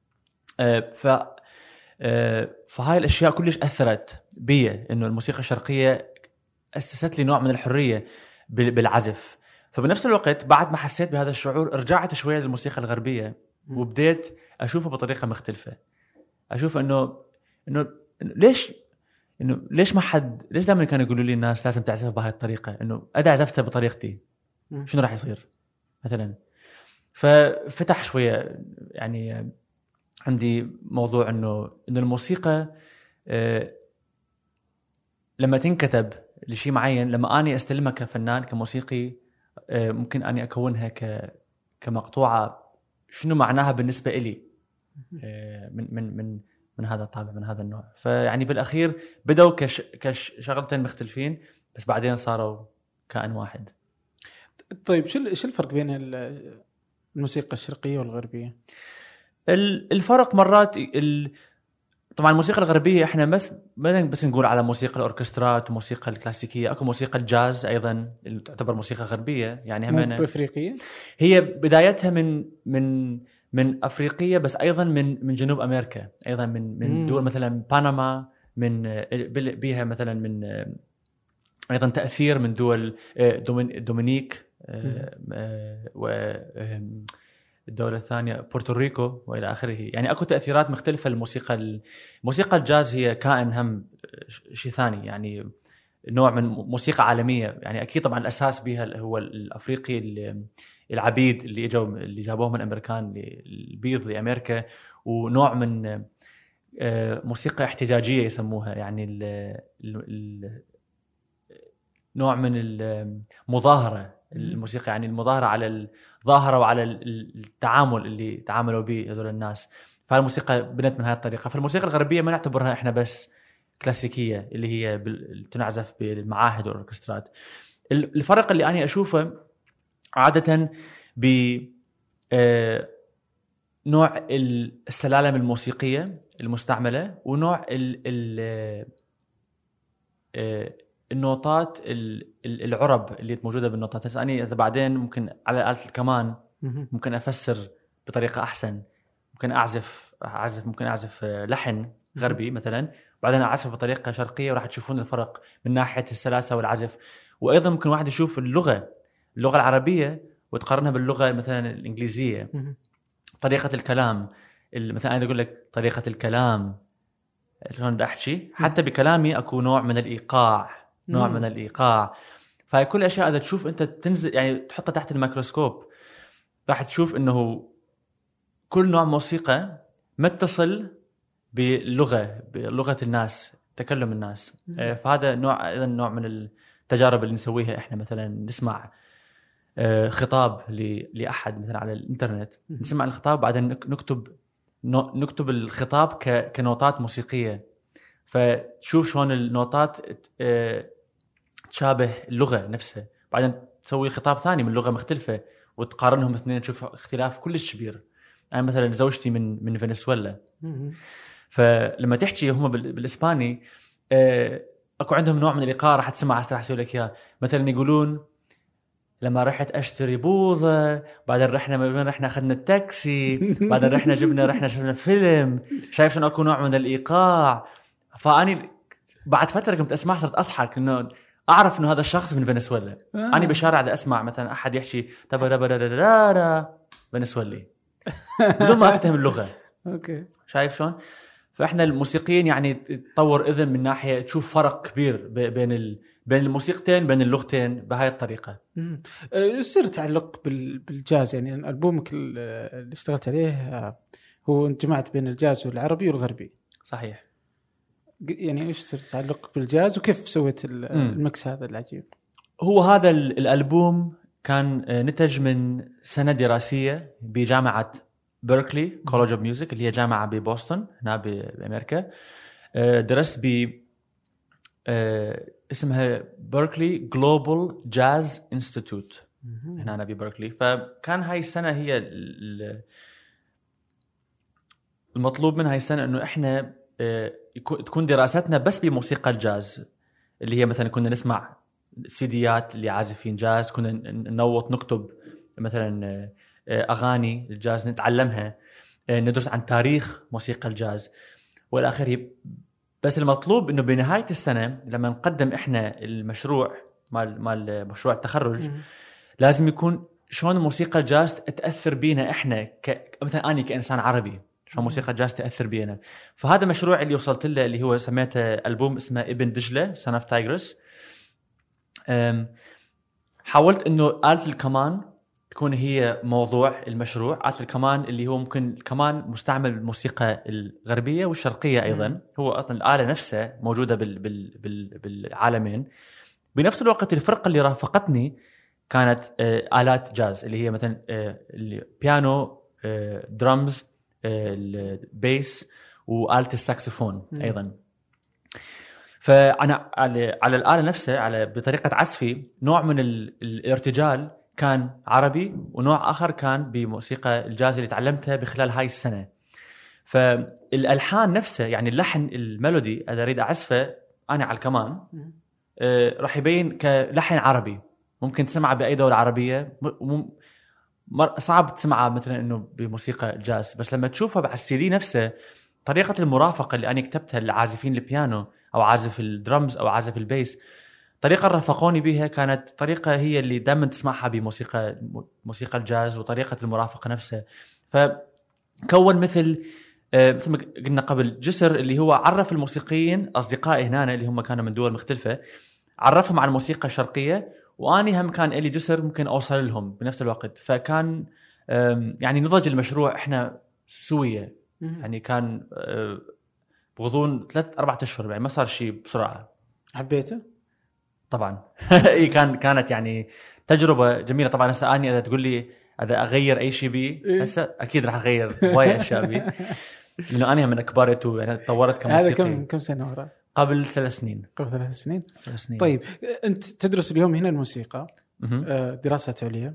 فهاي الأشياء كلش أثرت بي، إنه الموسيقى الشرقية أسست لي نوع من الحرية بالعزف. فبنفس الوقت بعد ما حسيت بهذا الشعور رجعت شوية للموسيقى الغربية، وبديت أشوفها بطريقة مختلفة. أشوف إنه ليش ما حد، ليش دائما كانوا يقولوا لي الناس لازم تعزف بهاي الطريقة، إنه أنا عزفتها بطريقتي شنو راح يصير مثلا. ففتح شوية يعني عندي موضوع إنه الموسيقى لما تنكتب لشيء معين، لما أنا أستلمها كفنان كموسيقي، ممكن أني أكونها كمقطوعة شنو معناها بالنسبة إلي من هذا الطابع، من هذا النوع. فيعني بالأخير بدأوا كشغلتين مختلفين، بس بعدين صاروا كائن واحد. طيب شو الفرق بين الموسيقى الشرقية والغربية؟ الفرق مرات طبعا الموسيقى الغربية احنا بس نقول على موسيقى الأوركسترات وموسيقى الكلاسيكية، اكو موسيقى الجاز ايضا اللي تعتبر موسيقى غربية، يعني هم افريقية. هي بدايتها من افريقية، بس ايضا من جنوب امريكا، ايضا من دول مثلا بنما، من بيها مثلا من ايضا تأثير من دول دومينيك الدولة الثانية بورتوريكو وإلى آخره. يعني أكو تأثيرات مختلفة للموسيقى. الموسيقى الجاز هي كائن هم شيء ثاني، يعني نوع من موسيقى عالمية. يعني أكيد طبعا الأساس بها هو الأفريقي العبيد اللي جابوهم من الأمريكان البيض لأمريكا، ونوع من موسيقى احتجاجية يسموها، يعني نوع من المظاهرة الموسيقى، يعني المظاهرة على الظاهرة وعلى التعامل اللي تعاملوا به هذول الناس. فالموسيقى بنت من هذه الطريقة. فالموسيقى الغربية ما نعتبرها إحنا بس كلاسيكية اللي هي تنعزف بالمعاهد والأوركسترات. الفرق اللي أنا أشوفه عادة نوع السلالم الموسيقية المستعملة، ونوع النوتات العرب اللي موجودة بالنوتات. هسه أنا إذا بعدين ممكن على آلة الكمان ممكن أفسر بطريقة أحسن، ممكن أعزف لحن غربي مثلا، بعدين أعزف بطريقة شرقية، وراح تشوفون الفرق من ناحية السلاسة والعزف. وأيضا ممكن واحد يشوف اللغة العربية وتقارنها باللغه مثلا الانجليزيه، طريقه الكلام، مثلا انا اقول لك طريقه الكلام شلون بدي احكي، حتى بكلامي اكو نوع من الايقاع. فهي كل اشياء اذا تشوف انت تنزل يعني تحطها تحت الميكروسكوب راح تشوف انه كل نوع موسيقى متصل بلغه الناس، تكلم الناس. فهذا نوع ايضا نوع من التجارب اللي نسويها احنا. مثلا نسمع خطاب لاحد مثلا على الانترنت، نسمع الخطاب بعدين نكتب الخطاب كنوتات موسيقيه، فتشوف شلون النوتات تشابه اللغه نفسها، بعدين تسوي خطاب ثاني من لغه مختلفه وتقارنهم اثنين تشوف اختلاف كلش كبير. انا مثلا زوجتي من فنزويلا، فلما تحكي هم بالاسباني اكو عندهم نوع من الايقاع راح تسمع راح اسوي لك اياه. مثلا يقولون لما رحت اشتري بوظه، بعدين رحنا اخذنا التاكسي، بعدين رحنا شفنا فيلم. شايف شنو اكو نوع من الايقاع. فاني بعد فتره كنت اسمع صرت اضحك انه اعرف انه هذا الشخص من فنزويلا. انا بالشارع بدي اسمع مثلا احد يحكي تبا فنزويلي بدون ما افتهم اللغه. اوكي شايف شلون؟ فاحنا الموسيقيين يعني تطور اذن من ناحيه تشوف فرق كبير بين الموسيقتين بين اللغتين بهاي الطريقه. يصير تعلق بالجاز يعني البومك اللي اشتغلت عليه هو جمعت بين الجاز والعربي والغربي. صحيح. يعني ايش صار تعلق بالجاز وكيف سويت المكس هذا العجيب؟ هو هذا الالبوم كان نتج من سنه دراسيه بجامعه بيركلي كولج اوف ميوزك اللي هي جامعه ببوسطن هنا بامريكا. درست اسمها بيركلي جلوبال جاز انستيتوت هنا ببيركلي. فكان هاي السنه هي المطلوب من هاي السنه انه احنا تكون دراستنا بس بموسيقى الجاز، اللي هي مثلا كنا نسمع سيديات اللي عازفين جاز، كنا ننوط نكتب مثلا اغاني الجاز نتعلمها، ندرس عن تاريخ موسيقى الجاز والى اخره. بس المطلوب انه بنهايه السنه لما نقدم احنا المشروع مال مشروع التخرج لازم يكون شلون موسيقى الجاز تاثر بينا احنا مثلا اني كانسان عربي، شلون موسيقى الجاز تاثر بينا. فهذا المشروع اللي وصلت له اللي هو سميته البوم اسمه ابن دجله سان اوف تايجرس. حاولت انه آلة الكمان تكون هي موضوع المشروع. آلة الكمان اللي هو ممكن الكمان مستعمل بالموسيقى الغربيه والشرقيه ايضا، هو اصلا الآلة نفسها موجوده بالعالمين. بنفس الوقت الفرقه اللي رافقتني كانت آلات جاز اللي هي مثلا البيانو، درامز، البيس وآلة الساكسفون ايضا. فانا على الآلة نفسها بطريقه عزفي نوع من الارتجال كان عربي ونوع اخر كان بموسيقى الجاز اللي تعلمتها بخلال هاي السنه. فالالحان نفسها يعني اللحن الميلودي اذا اريد اعزفه انا على الكمان راح يبين كلحن عربي، ممكن تسمعه باي دوله عربيه، صعب تسمعها مثلا انه بموسيقى الجاز. بس لما تشوفها على السي دي نفسه طريقه المرافقه اللي انا كتبتها لعازفين البيانو او عازف الدرمز او عازف البيس، طريقه رافقوني بها كانت طريقه هي اللي دائما تسمعها بموسيقى الجاز وطريقه المرافقه نفسها. فكون مثل ما قلنا قبل جسر اللي هو عرف الموسيقيين اصدقائي هنا اللي هم كانوا من دول مختلفه، عرفهم على الموسيقى الشرقيه، واني هم كان لي جسر ممكن اوصل لهم بنفس الوقت. فكان يعني نضج المشروع احنا سويه، يعني كان بغضون 3-4 اشهر، يعني ما صار شيء بسرعه. حبيته طبعا. كانت يعني تجربه جميله. طبعا هسه اني اذا تقول لي اذا اغير اي شيء بي هسه اكيد راح اغير وايد اشياء بي، لانه انا من كبرت ويعني تطورت كموسيقي. هذا كم سنه ورا؟ قبل 3 سنين. قبل 3 سنين. طيب انت تدرس اليوم هنا الموسيقى دراسة عليا،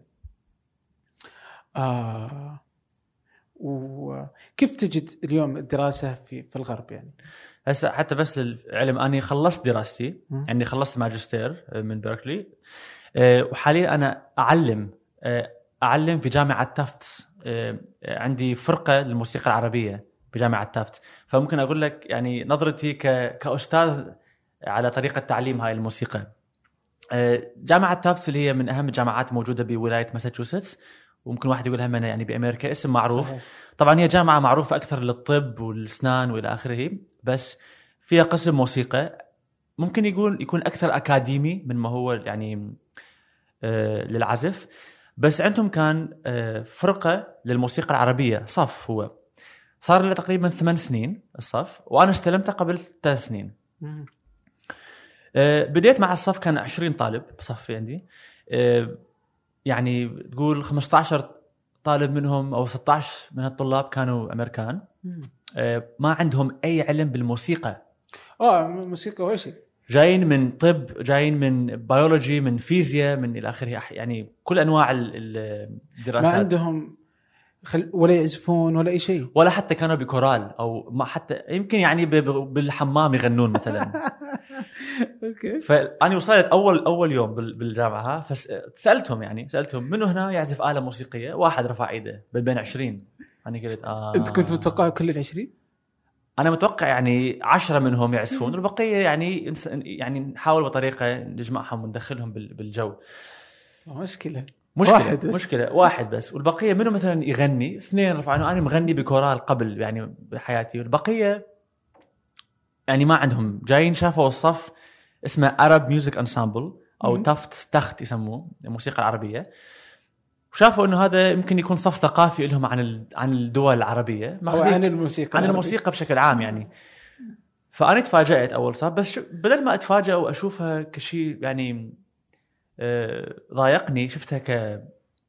وكيف تجد اليوم الدراسة في الغرب؟ يعني هسه حتى بس العلم أني خلصت دراستي، يعني خلصت ماجستير من بيركلي، وحاليا أنا أعلم في جامعة تافتس. عندي فرقة للموسيقى العربية بجامعة تافتس، فممكن أقول لك يعني نظرتي كأستاذ على طريقة تعليم هاي الموسيقى. جامعة تافتس اللي هي من أهم الجامعات موجودة بولاية ماساتشوستس، وممكن واحد يقول هم يعني بأمريكا، اسم معروف. صحيح. طبعا هي جامعة معروفة أكثر للطب والأسنان وإلى آخره، بس فيها قسم موسيقى ممكن يكون أكثر أكاديمي من ما هو يعني للعزف. بس عندهم كان فرقة للموسيقى العربية، صف هو صار له تقريبا 8 سنين الصف، وأنا استلمته قبل 3 سنين. بديت مع الصف كان 20 طالب بصفي عندي، يعني تقول 15 طالب منهم أو 16 من الطلاب كانوا أمريكان، ما عندهم أي علم بالموسيقى. موسيقى ولا شيء، جايين من طب، جايين من بيولوجي، من فيزياء، من إلى آخره، يعني كل أنواع الدراسات. ما عندهم ولا يعزفون ولا أي شيء، ولا حتى كانوا بكورال، أو ما حتى يمكن يعني بالحمام يغنون مثلا. اوكي. فأنا وصلت أول يوم بالجامعة، فسألتهم سألتهم منه هنا يعزف آلة موسيقية. واحد رفع إيده بين 20. أنا قلت أنت كنت متوقع كل 20؟ أنا متوقع يعني 10 منهم يعزفون، والبقية يعني نحاول بطريقة نجمعهم وندخلهم بالجو. مشكلة واحد بس، والبقية منهم مثلا يغني. 2 رفعوا، أنا مغني بكورال قبل يعني بحياتي، والبقية يعني ما عندهم. جايين شافوا الصف اسمه Arab Music Ensemble أو تخت يسموه، الموسيقى العربية، وشافوا إنه هذا يمكن يكون صف ثقافي لهم عن الدول العربية، أو عن الموسيقى بشكل عام يعني. فأنا تفاجأت أول صف، بس بدل ما أتفاجأ وأشوفها كشيء يعني ضايقني، شفتها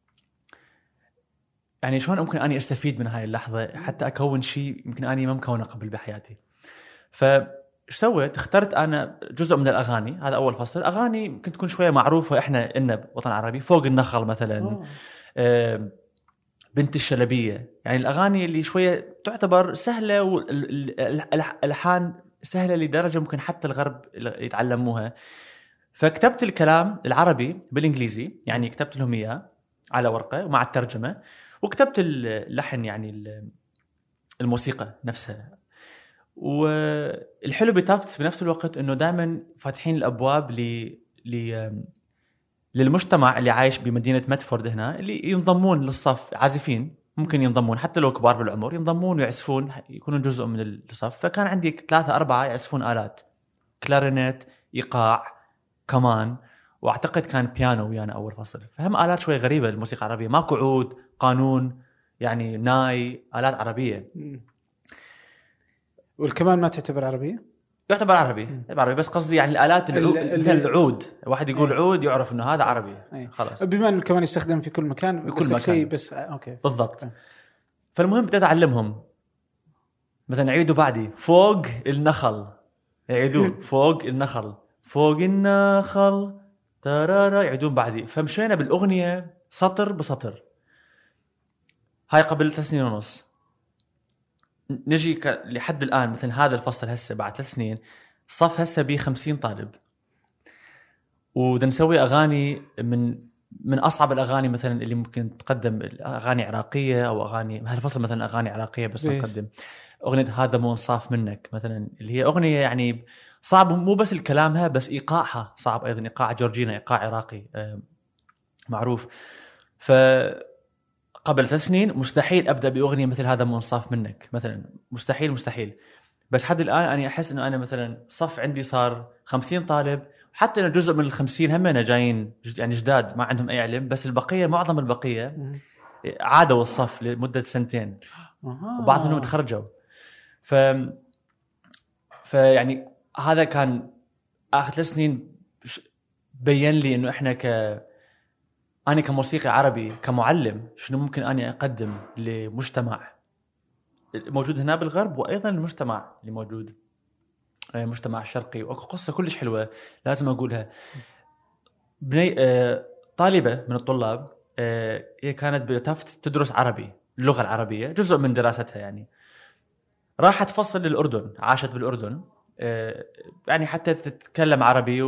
يعني شلون ممكن أني أستفيد من هاي اللحظة حتى أكون شيء يمكن أني ما مكونه قبل بحياتي. فإيش سويت؟ اخترت أنا جزء من الأغاني. هذا أول فصل. أغاني ممكن تكون شوية معروفة إحنا إلنا بوطن عربي، فوق النخل مثلا، بنت الشلبية، يعني الأغاني اللي شوية تعتبر سهلة، والألحان سهلة لدرجة ممكن حتى الغرب يتعلموها. فكتبت الكلام العربي بالإنجليزي، يعني كتبت لهم إياه على ورقة ومع الترجمة، وكتبت اللحن يعني الموسيقى نفسها. والحلو بتافتس بنفس الوقت إنه دائما فاتحين الأبواب للمجتمع اللي عايش بمدينة مدفورد هنا، اللي ينضمون للصف عازفين، ممكن ينضمون حتى لو كبار بالعمر، ينضمون ويعزفون، يكونون جزء من الصف. فكان عندي 3-4 يعزفون آلات، كلارينيت، إيقاع، كمان، واعتقد كان بيانو ويانا اول فصل. فهم آلات شوي غريبه الموسيقى العربيه، ماكو عود، قانون، يعني ناي، آلات عربيه. والكمان ما تعتبر عربيه؟ يعتبر عربي بس قصدي يعني الآلات مثل العود، واحد يقول عود يعرف انه هذا عربي. خلاص، بما انه كمان يستخدم في كل مكان، بكل مكان شيء بس اوكي بالضبط. فالمهم بدأت أعلمهم مثلا عيدوا بعدي فوق النخل، يعيدون فوق النخل، فوق النخل ترارا، يعيدون بعدي. فمشينا بالأغنية سطر بسطر. هاي قبل 3 سنين ونص. نجي لحد الآن مثلا هذا الفصل هسه بعد 3 سنين، الصف هسه بيه 50 طالب، ودنسوي أغاني من أصعب الأغاني مثلا اللي ممكن تقدم، أغاني عراقية أو أغاني هالفصل مثلا أغاني عراقية، بس نقدم أغنية هذا مو انصاف منك مثلا، اللي هي أغنية يعني صعب، مو بس الكلامها بس إيقاعها صعب أيضا، إيقاع جورجينا، إيقاع عراقي معروف. فقبل 3 سنين مستحيل أبدأ بأغنية مثل هذا مو انصاف منك مثلا، مستحيل. بس حد الآن أنا أحس إنه أنا مثلا صف عندي صار 50 طالب، حتى إن جزء من ال50 هم أنا جايين يعني جداد ما عندهم أي علم، بس البقية معظم البقية عادوا الصف لمدة 2 سنين، وبعض منهم تخرجوا. يعني هذا كان آخر 3 سنين بيّن لي إنه إحنا أنا كموسيقي عربي كمعلم شنو ممكن أني أقدم لمجتمع موجود هنا بالغرب، وأيضا المجتمع اللي موجود مجتمع الشرقي. وأكو قصة كلش حلوة لازم أقولها. طالبة من الطلاب هي كانت بتافت تدرس عربي، اللغة العربية جزء من دراستها يعني. راحت فصل للأردن، عاشت بالأردن يعني حتى تتكلم عربي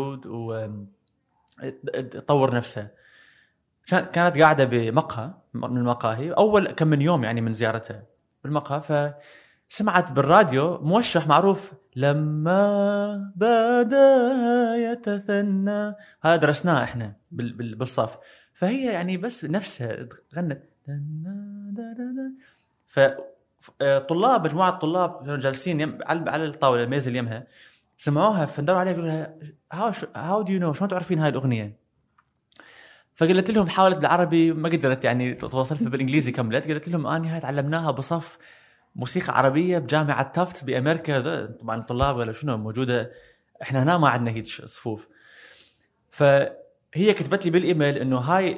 وتطور نفسها. كانت قاعدة بمقهى من المقاهي أول كم من يوم يعني من زيارتها بالمقهى، سمعت بالراديو موشح معروف لما بدا يتثنى، هذا درسناه احنا بالصف. فهي يعني بس نفسها غنت. فطلاب مجموعة طلاب جالسين على الطاولة الميز اللي يمها سمعوها فندروا عليها يقولوا لها how do you know، شلون تعرفين هاي الأغنية؟ فقلت لهم حاولت بالعربي ما قدرت يعني تواصل، بالإنجليزي كملت. قلت لهم هاي تعلمناها بصف موسيقى عربية بجامعة تافتس بأمريكا. طبعا الطلاب ولا شنو موجودة، احنا هنا ما عندنا هيك صفوف. فهي كتبت لي بالإيميل إنه هاي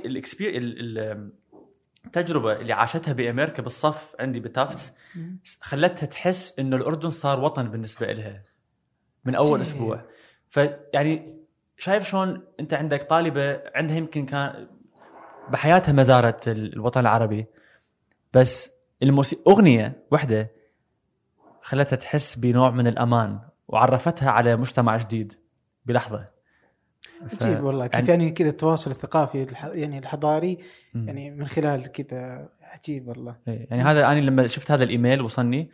التجربة اللي عاشتها بأمريكا بالصف عندي بتافتس خلتها تحس إنه الأردن صار وطن بالنسبة لها من أول أسبوع. فيعني شايف شلون أنت عندك طالبة عندها يمكن كان بحياتها ما زارت الوطن العربي، بس أغنية واحدة خلتها تحس بنوع من الأمان وعرفتها على مجتمع جديد بلحظة. عجيب والله كيف يعني كذا التواصل الثقافي يعني الحضاري يعني من خلال كذا. عجيب والله. يعني هذا أنا لما شفت هذا الإيميل وصلني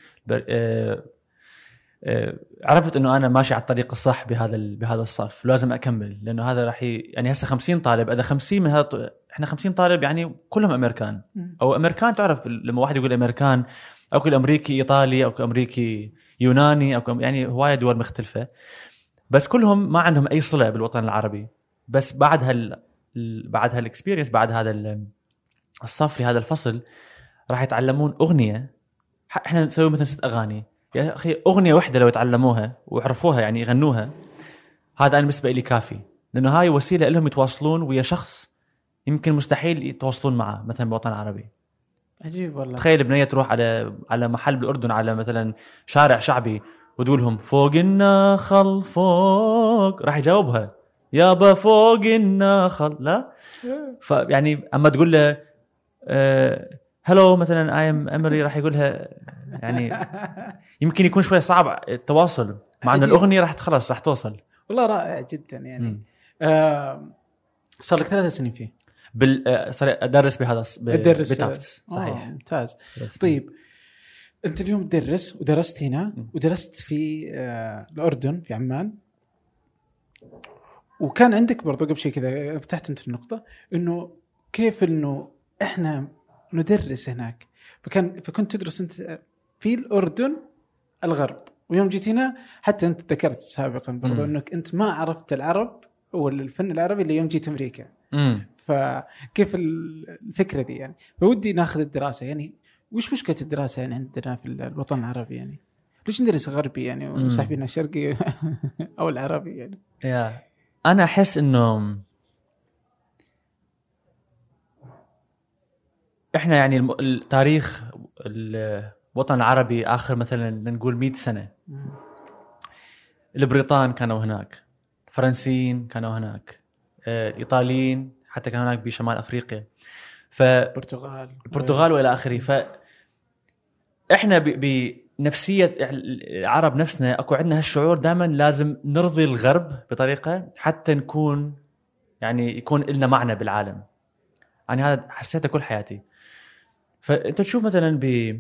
عرفت إنه أنا ماشي على الطريق الصح بهذا الصف، لازم أكمل، لأنه هذا راح يعني هسه 50 طالب، إذا 50 من هذا إحنا 50 طالب يعني كلهم أمريكان أو أمريكان. تعرف لما واحد يقول أمريكان أو كل أمريكي إيطالي أو أمريكي يوناني أو يعني هواية دول مختلفة، بس كلهم ما عندهم أي صلة بالوطن العربي. بس بعد هالإكسبيرينس، بعد هذا الصف لهذا الفصل، راح يتعلمون أغنية. إحنا نسوي مثلا 6 أغاني، يا أخي أغنية واحدة لو يتعلموها وعرفوها يعني يغنوها، هذا أنا بالنسبة لي كافي، لأنه هاي وسيلة لهم يتواصلون ويا شخص يمكن مستحيل يتواصلون معه مثلا بالوطن العربي. عجيب والله. تخيل بنية تروح على محل بالأردن، على مثلا شارع شعبي، وتقولهم فوق النخل فوق، راح يجاوبها يابا فوق النخل، لا فيعني أما تقول له هلو مثلا I am Emery، راح يقولها يعني يمكن يكون شوي صعب التواصل مع أن الأغنية راح تخلص راح توصل. والله رائع جدا يعني. صار لك 3 سنين فيه أدرس بهذا بتافتس. صحيح. ممتاز. طيب أنت اليوم تدرس ودرست هنا ودرست في الأردن في عمان، وكان عندك برضو قبل شيء كذا فتحت أنت النقطة إنه كيف إنه إحنا ندرس هناك، فكنت تدرس أنت في الأردن الغرب، ويوم جيت هنا حتى أنت ذكرت سابقا برضو إنك أنت ما عرفت العرب والفن العربي اللي يوم جيت أمريكا. فكيف الفكرة دي يعني؟ فودي ناخذ الدراسة يعني وش مشكلة الدراسة يعني عندنا في الوطن العربي يعني؟ ليش ندرس غربي يعني وصاحبين الشرقي أو العربي يعني؟ أنا أحس إنه إحنا يعني التاريخ الوطن العربي آخر مثلا نقول 100 سنة، البريطان كانوا هناك، فرنسيين كانوا هناك، الإيطاليين حتى كانوا هناك بشمال أفريقيا، البرتغال وإلى آخره. فإحنا بنفسية العرب نفسنا أكو عندنا هالشعور دائما لازم نرضي الغرب بطريقة حتى نكون يعني يكون لنا معنى بالعالم. يعني هذا حسيته كل حياتي. فأنت تشوف مثلا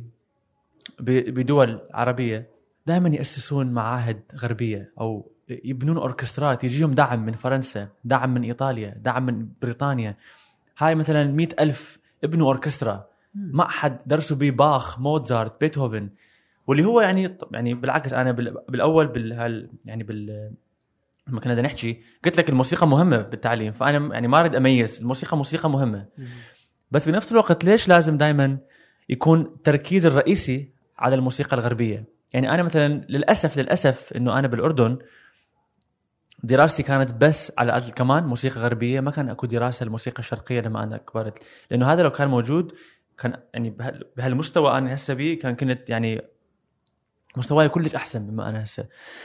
بدول عربية دائما يأسسون معاهد غربية أو يبنون أوركسترات، يجيهم دعم من فرنسا، دعم من إيطاليا، دعم من بريطانيا. هاي مثلا 100,000 ابنوا أوركسترا، معهد درسوا بيه باخ، موتزارت، بيتهوفن، واللي هو يعني بالعكس أنا بالأول يعني لما كنا نحكي قلت لك الموسيقى مهمة بالتعليم، فأنا يعني ما أريد أميز الموسيقى، موسيقى مهمة، بس بنفس الوقت ليش لازم دائما يكون التركيز الرئيسي على الموسيقى الغربية؟ يعني أنا مثلا للأسف إنه أنا بالأردن دراستي كانت بس على آلة الكمان موسيقى غربية، ما كان أكو دراسة الموسيقى الشرقية لما أنا كبرت، لأنه هذا لو كان موجود كان يعني بهالمستوى أنا هسه بيه كنت يعني مستواي كلش أحسن مما أنا هسه.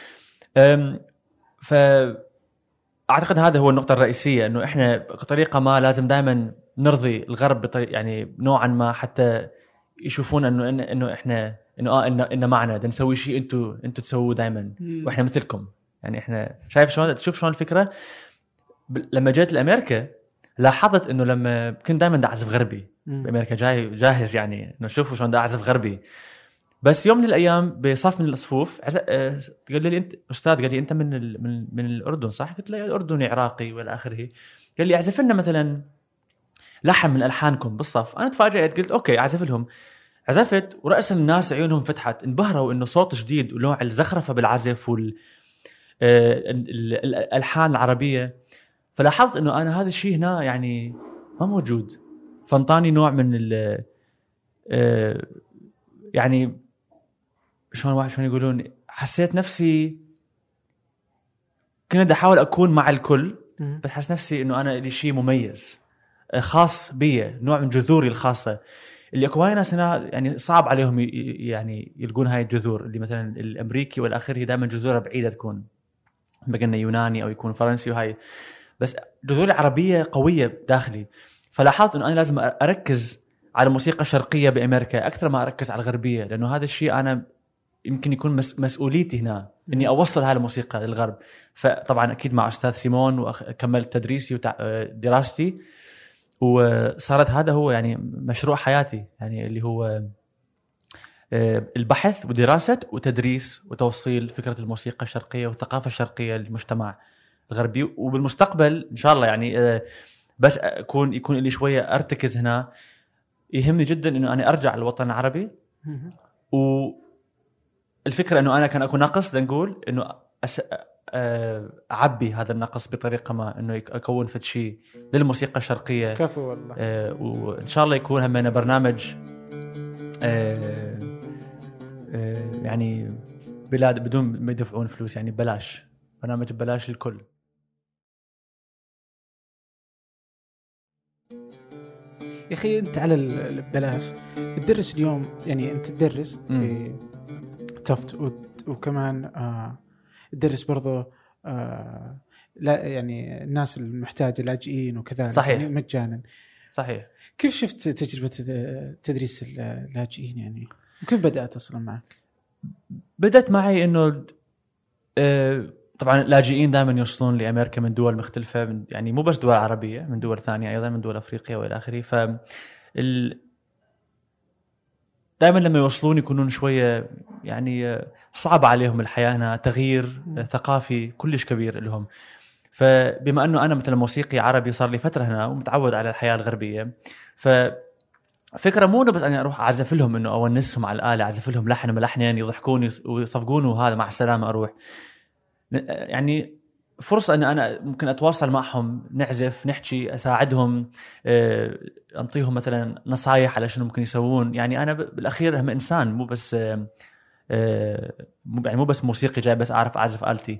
فأعتقد هذا هو النقطة الرئيسية، إنه إحنا بطريقة ما لازم دائما نرضي الغرب يعني نوعا ما حتى يشوفون إنه إحنا إنه معنا ده نسوي شيء أنتوا تسووه دائما وإحنا مثلكم. يعني إحنا تشوف شلون الفكرة. لما جيت لأمريكا لاحظت إنه لما كنت دائما دا أعزف غربي بأمريكا جاهز يعني إنه شوفوا شلون دا أعزف غربي، بس يوم من الايام بصف من الصفوف قال لي انت استاذ، قال لي انت من الاردن صح؟ قلت له الاردني عراقي والى اخره. قال لي اعزف لنا مثلا لحن من الحانكم بالصف. انا تفاجأت، قلت اوكي اعزف لهم. عزفت ورأس الناس عيونهم فتحت، انبهروا انه صوت جديد ونوع الزخرفه بالعزف الالحان العربيه. فلاحظت انه انا هذا الشيء هنا يعني ما موجود، فانطاني نوع من يعني شلون يقولون، حسيت نفسي كنت بدي احاول اكون مع الكل، بس حس نفسي انه انا لي شيء مميز خاص بي، نوع من جذوري الخاصه اللي اكو ناس هنا يعني صعب عليهم يعني يلقون هاي الجذور، اللي مثلا الامريكي والاخره دائما جذوره بعيده تكون، بقلنا يوناني او يكون فرنسي وهاي، بس جذور عربيه قويه داخلي. فلاحظت انه انا لازم اركز على الموسيقى الشرقيه بامريكا اكثر ما اركز على الغربيه، لانه هذا الشيء انا يمكن يكون مسؤوليتي هنا اني اوصل هاي الموسيقى للغرب. فطبعا اكيد مع استاذ سيمون وكملت تدريسي ودراستي، وصارت هذا هو يعني مشروع حياتي، يعني اللي هو البحث ودراسة وتدريس وتوصيل فكرة الموسيقى الشرقية والثقافة الشرقية للمجتمع الغربي. وبالمستقبل إن شاء الله يعني بس يكون لي شوية أرتكز هنا. يهمني جدا إنه أنا أرجع للوطن العربي، والفكرة إنه أنا كان أكون ناقص، نقول إنه أعبي هذا النقص بطريقة ما، إنه أكون فد شيء للموسيقى الشرقية. كفو والله. وإن شاء الله يكون همنا برنامج يعني بلاد بدون ما يدفعون فلوس، يعني ببلاش، برنامج ببلاش للكل. يا أخي أنت على البلاش تدرس اليوم، يعني أنت تدرس في تفت وكمان تدرس برضو لا يعني الناس المحتاجة اللاجئين وكذا، صحيح يعني مجانا. صحيح. كيف شفت تجربة تدريس اللاجئين يعني، وكيف بدأت أصلا معك؟ بدأت معي إنه طبعا اللاجئين دائما يوصلون لأمريكا من دول مختلفة، يعني مو بس دول عربية، من دول ثانية أيضا، من دول أفريقيا وإلى آخره. دائما لما يوصلون يكونون شوية يعني صعب عليهم الحياة هنا، تغيير ثقافي كلش كبير لهم. فبما أنه أنا مثلا موسيقي عربي صار لي فترة هنا ومتعود على الحياة الغربية، ففكرة مو بس أني أروح أعزف لهم إنه أونسهم على الآلة، أعزف لهم لحن ملحنين يضحكون ويصفقون وهذا مع السلامة أروح. يعني فرصة أن أنا ممكن أتواصل معهم، نعزف، نحكي، أساعدهم، أنطيهم مثلا نصايح على شنو ممكن يسوون. يعني أنا بالأخير هم إنسان، مو بس يعني مو بس موسيقي جاي بس أعرف أعزف آلتي.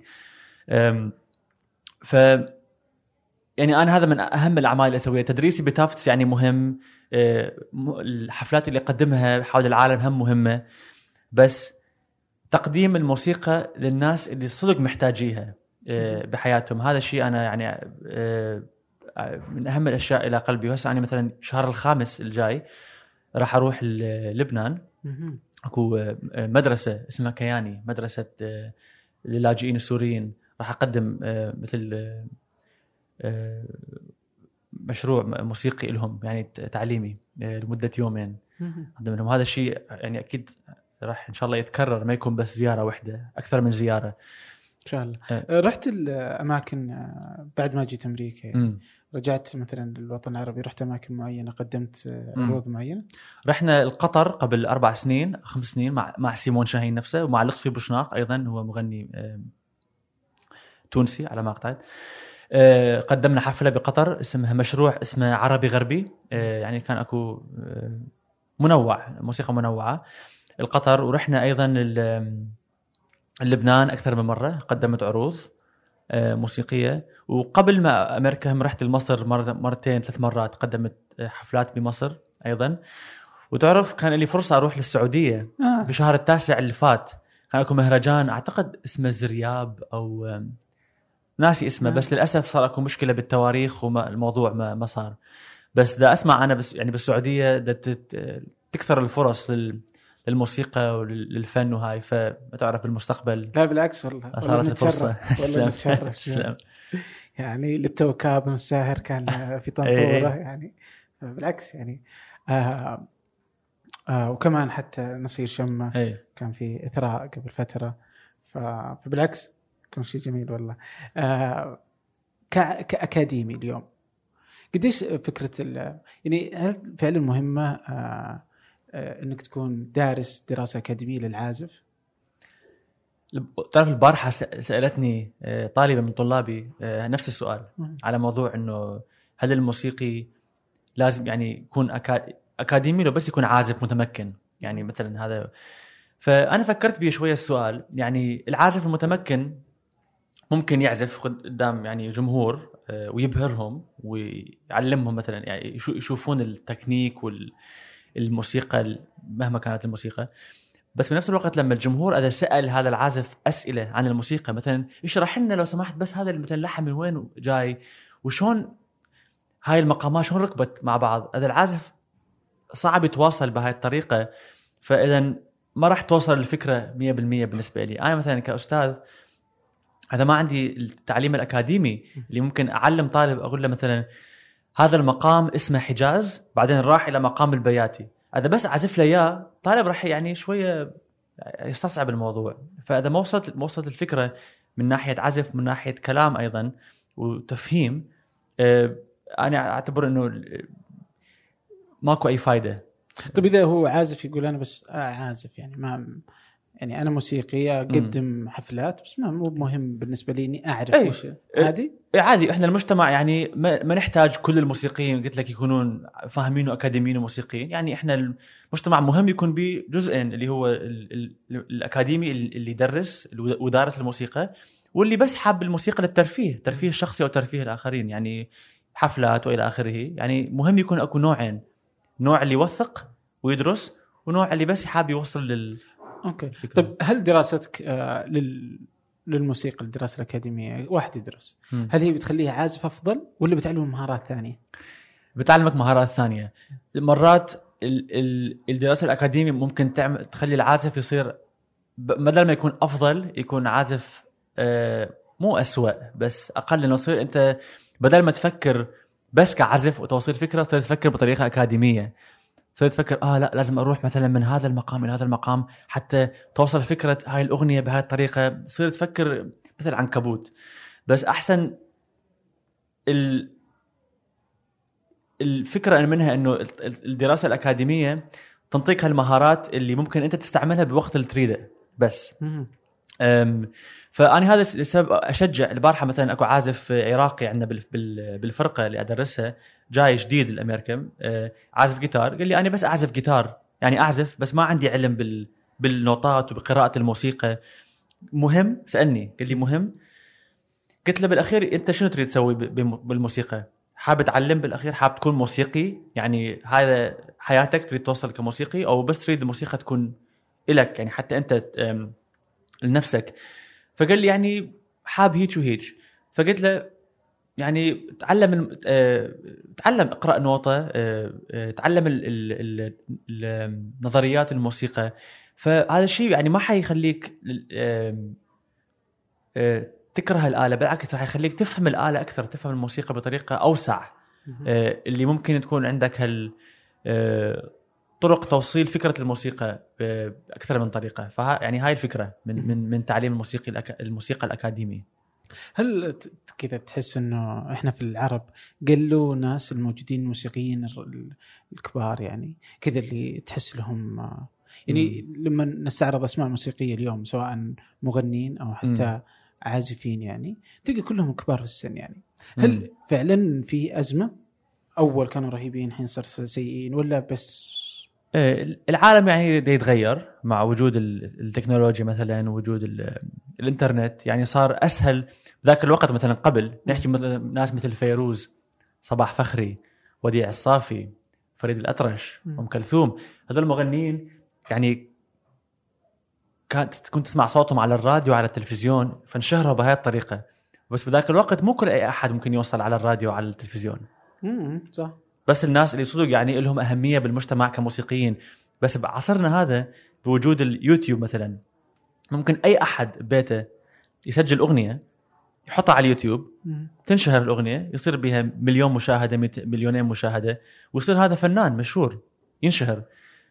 ف يعني أنا هذا من أهم الأعمال اللي أسويها. تدريسي بتافتس يعني مهم، الحفلات اللي أقدمها حول العالم هم مهمة، بس تقديم الموسيقى للناس اللي صدق محتاجيها بحياتهم، هذا الشيء أنا يعني من أهم الأشياء إلى قلبي. وهسه أنا مثلا شهر الخامس الجاي راح أروح للبنان، أكو مدرسة اسمها كياني، مدرسة للاجئين السوريين. راح أقدم مثل مشروع موسيقي لهم، يعني تعليمي لمدة يومين أقدم لهم. هذا الشيء يعني أكيد راح إن شاء الله يتكرر، ما يكون بس زيارة واحدة، أكثر من زيارة إن شاء الله. رحت الأماكن بعد ما جيت أمريكا، رجعت مثلا للوطن العربي، رحت أماكن معينة، قدمت عروض معينة؟ رحنا القطر قبل 4 سنين 5 سنين مع سيمون شاهين نفسه، ومع لقصي بوشناق أيضا، هو مغني تونسي على ما أعتقد. قدمنا حفلة بقطر اسمها مشروع اسمه عربي غربي، يعني كان أكو منوع، موسيقى منوعة القطر. ورحنا أيضا لبنان أكثر من مرة، قدمت عروض موسيقية. وقبل ما أمريكا هم رحت لمصر مرتين 3 مرات، قدمت حفلات بمصر أيضا. وتعرف كان لي فرصة أروح للسعودية بشهر التاسع اللي فات، كان أكو مهرجان أعتقد اسمه زرياب أو ناسي اسمه، بس للأسف صار أكو مشكلة بالتواريخ والموضوع ما صار. بس دا أسمع أنا بس يعني بالسعودية تكثر الفرص للموسيقى وللفن وهاي، فتعرف بالمستقبل. لا بالعكس والله صارت الفرصة. والله نتشرف يعني للتو كاظم الساهر كان في طنطورة يعني بالعكس يعني وكمان حتى نصير شمة اي كان في إثراء قبل فترة، فبالعكس كان شيء جميل والله. كأكاديمي اليوم قديش فكرة يعني هل فعلا مهمة انك تكون دارس دراسة أكاديمية للعازف؟ تعرف البارحة سألتني طالبة من طلابي نفس السؤال على موضوع انه هل الموسيقي لازم يعني يكون أكاديمي لو بس يكون عازف متمكن، يعني مثلا هذا. فأنا فكرت بيه شوية السؤال، يعني العازف المتمكن ممكن يعزف قدام يعني جمهور ويبهرهم ويعلمهم مثلا، يعني يشوفون التكنيك والموسيقى مهما كانت الموسيقى. بس بنفس الوقت لما الجمهور إذا سأل هذا العازف أسئلة عن الموسيقى، مثلا اشرح لنا لو سمحت بس هذا مثلا اللحن من وين جاي وشون هاي المقامات شون ركبت مع بعض، هذا العازف صعب يتواصل بهاي الطريقة. فإذا ما راح توصل الفكرة 100% بالنسبة لي. أنا مثلا كأستاذ هذا ما عندي التعليم الأكاديمي اللي ممكن أعلم طالب أقول له مثلا هذا المقام اسمه حجاز بعدين راح إلى مقام البياتي، هذا بس أعزف له إياه طالب راح يعني شوية يستصعب الموضوع. فإذا ما وصلت الفكرة من ناحية عزف من ناحية كلام أيضا وتفهيم، أنا أعتبر إنه ماكو أي فايدة. طيب إذا هو عازف يقول أنا بس عازف، يعني ما يعني أنا موسيقي أقدم حفلات بس ما مهم بالنسبة لي إني أعرف وش عادي. عادي، إحنا المجتمع يعني ما نحتاج كل الموسيقيين قلت لك يكونون فاهمين وأكاديميين وموسيقيين. يعني إحنا المجتمع مهم يكون به جزئين، اللي هو الأكاديمي اللي يدرس ودارس الموسيقى، واللي بس حاب الموسيقى للترفيه، ترفيه الشخصي أو ترفيه الآخرين، يعني حفلات وإلى آخره. يعني مهم يكون أكو نوعين، نوع اللي يوثق ويدرس ونوع اللي بس حاب يوصل أوكي. طيب هل دراستك للموسيقى الدراسة الأكاديمية واحد يدرس هل هي بتخليه عازف أفضل ولا بتعلمه مهارات ثانية؟ بتعلمك مهارات ثانية. مرات الدراسة الأكاديمية ممكن تخلي العازف يصير بدل ما يكون أفضل يكون عازف مو أسوأ بس أقل، لأنه يصير أنت بدل ما تفكر بس كعزف وتوصيل فكرة تصير تفكر بطريقة أكاديمية، تصير تفكر لا لازم أروح مثلا من هذا المقام إلى هذا المقام حتى توصل فكرة هاي الأغنية بهذه الطريقة، تصير تفكر مثل عنكبوت. بس أحسن الفكرة أنا منها إنه الدراسة الأكاديمية تنطيك هالمهارات اللي ممكن أنت تستعملها بوقت اللي تريده بس. فأنا هذا السبب أشجع. البارحة مثلا أكو عازف عراقي عندنا بالفرقة اللي أدرسها جاي جديد الأمريكا، عازف جيتار، قال لي أنا بس أعزف جيتار، يعني أعزف بس ما عندي علم بالنوتات وبقراءة الموسيقى. مهم؟ سألني قال لي مهم. قلت له بالأخير أنت شنو تريد تسوي بالموسيقى؟ حاب تعلم بالأخير؟ حاب تكون موسيقي؟ يعني هذا حياتك تريد توصل كموسيقي، أو بس تريد الموسيقى تكون إلك يعني حتى أنت لنفسك؟ فقال لي يعني حاب هيك وهيك. فقلت له يعني تعلم اقرأ نوتة، تعلم نظريات الموسيقى. فهذا الشيء يعني ما حيخليك تكره الآلة، بالعكس راح يخليك تفهم الآلة أكثر، تفهم الموسيقى بطريقة أوسع، اللي ممكن تكون عندك طرق توصيل فكرة الموسيقى أكثر من طريقة. يعني هاي الفكرة من تعليم الموسيقى الأكاديمي. هل كذا تحس إنه إحنا في العرب قلوا ناس الموجودين الموسيقيين الكبار، يعني كذا اللي تحس لهم يعني لما نستعرض أسماء موسيقية اليوم سواء مغنين أو حتى عازفين يعني تلقى كلهم كبار في السن، يعني هل فعلا في أزمة؟ أول كانوا رهيبين الحين صار سيئين ولا بس العالم يعني دا يتغير مع وجود التكنولوجيا مثلا، وجود الانترنت. يعني صار أسهل ذاك الوقت مثلا قبل نحكي ناس مثل فيروز، صباح فخري، وديع الصافي، فريد الأطرش، أم كلثوم، هذول المغنيين يعني كنت تسمع صوتهم على الراديو على التلفزيون فانشهروا بهاي الطريقة. بس بذاك الوقت مو كل أي أحد ممكن يوصل على الراديو وعلى التلفزيون. صح. بس الناس اللي صدق يعني لهم أهمية بالمجتمع كموسيقيين. بس بعصرنا هذا بوجود اليوتيوب مثلا ممكن أي أحد ببيته يسجل أغنية يحطها على اليوتيوب، تنشهر الأغنية، يصير بها 1,000,000 مشاهدة، 2 مليون مشاهدة، ويصير هذا فنان مشهور ينشهر.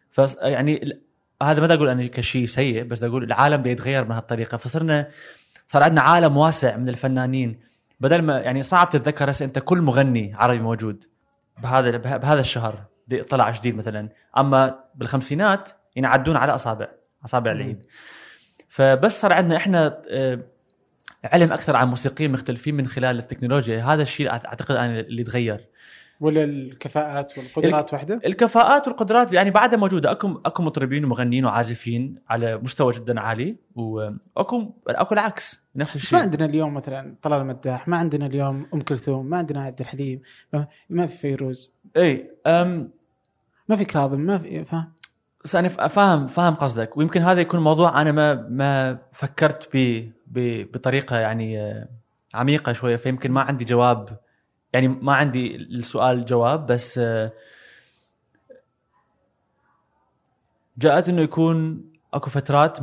يعني هذا ما دا اقول انا كشيء سيء، بس دا اقول العالم بيتغير من هالطريقه. صار عندنا عالم واسع من الفنانين، بدل ما يعني صعب تتذكر هسه انت كل مغني عربي موجود بهذا الشهر طلع جديد مثلا، اما بالخمسينات ينعدون على اصابع العيد. فبس صار عندنا احنا علم اكثر عن موسيقيين مختلفين من خلال التكنولوجيا. هذا الشيء اعتقد انا اللي تغير. ولا الكفاءات والقدرات وحده؟ الكفاءات والقدرات يعني بعدها موجوده. اكو مطربين ومغنيين وعازفين على مستوى جدا عالي، واكو العكس نفس الشيء. ما عندنا اليوم مثلا طلال مداح، ما عندنا اليوم ام كلثوم، ما عندنا عبد الحليم، ما في فيروز، ما في كاظم، ما في أنا فاهم قصدك، ويمكن هذا يكون موضوع أنا ما فكرت بطريقة يعني عميقة شوية، فيمكن ما عندي جواب، يعني ما عندي السؤال جواب. بس جاءت إنه يكون أكو فترات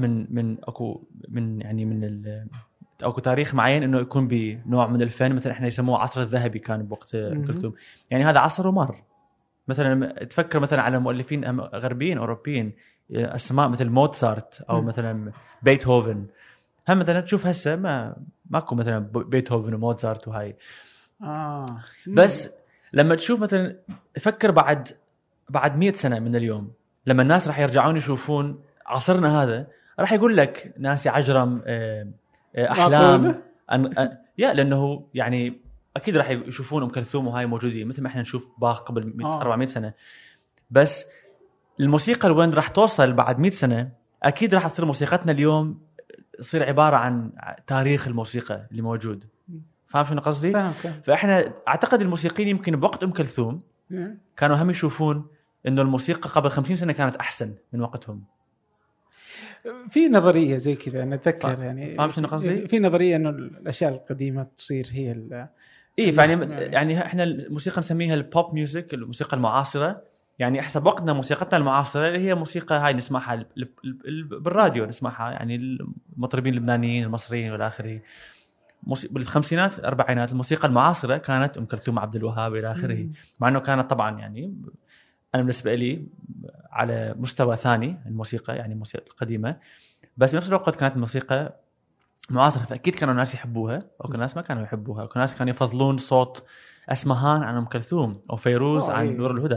أكو تاريخ معين إنه يكون بنوع من الفن، مثلا إحنا يسموه عصر الذهبي كان بوقت أم كلثوم. يعني هذا عصر ومر. مثلا تفكر مثلا على مؤلفين غربيين أوروبيين، أسماء مثل موتسارت أو مثلا بيتهوفن. هم مثلا تشوف هسه ماكو مثلا بيتهوفن وموتسارت وهاي. بس لما تشوف مثلا فكر بعد 100 سنة من اليوم، لما الناس راح يرجعون يشوفون عصرنا هذا، راح يقول لك ناس عجرم أحلام لأنه يعني أكيد راح يشوفون أم كلثوم وهاي موجودين مثل ما إحنا نشوف باخ قبل 400 سنة. بس الموسيقى وين راح توصل بعد 100 سنة، أكيد راح تصير موسيقتنا اليوم تصير عبارة عن تاريخ الموسيقى اللي موجود. فاهم شنو قصدي؟ فإحنا أعتقد الموسيقيين يمكن بوقت أم كلثوم كانوا هم يشوفون إنه الموسيقى قبل 50 سنة كانت أحسن من وقتهم. في نظرية زي كذا أنا أتذكر، يعني فاهم شنو قصدي؟ في نظرية إنه الأشياء القديمة تصير هي يعني إحنا الموسيقى نسميها البوب ميوزك، الموسيقى المعاصرة. يعني حسب وقتنا موسيقتنا المعاصرة اللي هي موسيقى هاي نسمعها بالراديو، نسمعها يعني المطربين اللبنانيين المصريين والآخرين. بالخمسينات الأربعينات الموسيقى المعاصرة كانت أم كلثوم، عبد الوهاب إلى آخره. مع أنه كانت طبعا يعني أنا بالنسبة لي على مستوى ثاني الموسيقى، يعني الموسيقى القديمة، بس بنفس الوقت كانت موسيقى معاصرة. فأكيد كانوا ناس يحبوها أو كانوا ناس ما كانوا يحبوها، أو كانوا ناس كانوا يفضلون صوت أسمهان عن أم كلثوم أو فيروز عن نور الهدى.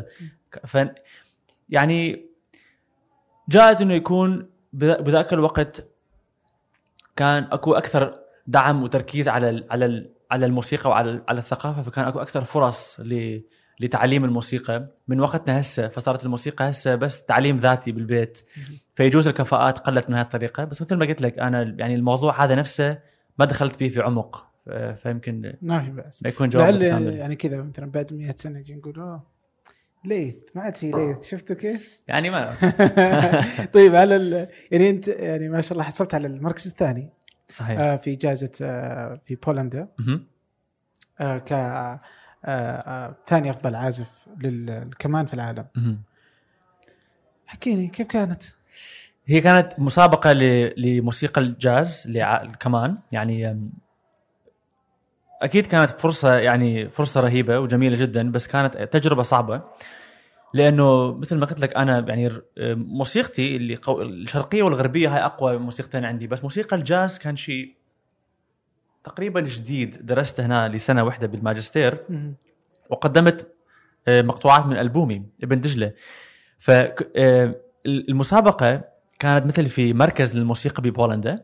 يعني جائز إنه يكون بذاك الوقت كان أكو أكثر دعم وتركيز على الموسيقى وعلى الثقافة، فكان أكو أكثر فرص لتعليم الموسيقى من وقتنا هسه. فصارت الموسيقى هسه بس تعليم ذاتي بالبيت، فيجوز الكفاءات قلت من هذه الطريقة. بس مثل ما قلت لك أنا يعني الموضوع هذا نفسه ما دخلت فيه في عمق، فيمكن ما في بأس ما يكون جواب كامل. يعني كذا مثلا بعد 100 سنة يجي نقول ليه ما عاد في ليه، شفتوا كيف يعني ما طيب على يعني أنت يعني ما شاء الله حصلت على المركز الثاني صحيح في جائزة في بولندا ثاني أفضل عازف للكمان في العالم. حكيني كيف كانت؟ هي كانت مسابقة لموسيقى الجاز للكمان. يعني أكيد كانت فرصة رهيبة وجميلة جدا، بس كانت تجربة صعبة، لأنه مثل ما قلت لك أنا يعني موسيقتي الشرقية والغربية هاي أقوى موسيقتين عندي، بس موسيقى الجاز كان شيء تقريبا جديد. درست هنا لسنة واحدة بالماجستير، وقدمت مقطوعات من ألبومي ابن دجلة. فالمسابقة كانت مثل في مركز للموسيقى ببولندا،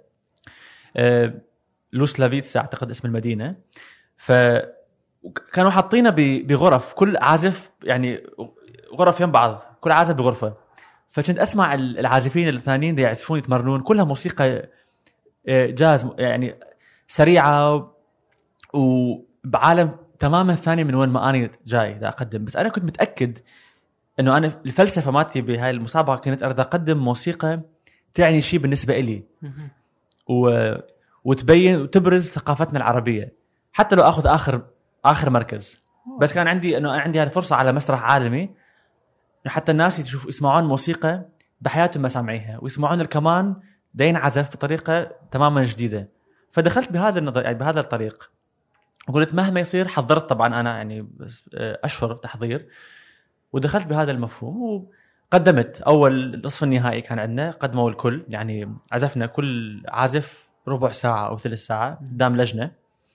لوسلافيتسا أعتقد اسم المدينة. فكانوا حاطينا بغرف، كل عازف يعني غرف يم بعض، كل عازف بغرفة. فكنت أسمع العازفين الثانيين دي يعزفون يتمرنون، كلها موسيقى جاز يعني سريعة وبعالم تماما ثاني من وين ما أنا جاي دا أقدم. بس أنا كنت متأكد أنه أنا الفلسفة مالتي بهاي المسابقة كنت أريد أقدم موسيقى تعني شيء بالنسبة إلي وتبين وتبرز ثقافتنا العربية، حتى لو أخذ آخر مركز. بس كان عندي أنه أنا عندي هذه الفرصة على مسرح عالمي، حتى الناس يسمعون موسيقى بحياتهم ما سامعيها، ويسمعون الكمان دين عزف بطريقة تماما جديدة. فدخلت بهذا النظر يعني بهذا الطريق، وقلت مهما يصير حضرت طبعا أنا يعني أشهر تحضير، ودخلت بهذا المفهوم قدمت اول النصف النهائي كان عندنا، قدموا الكل، يعني عزفنا كل عازف ربع ساعه او ثلث ساعه قدام لجنه.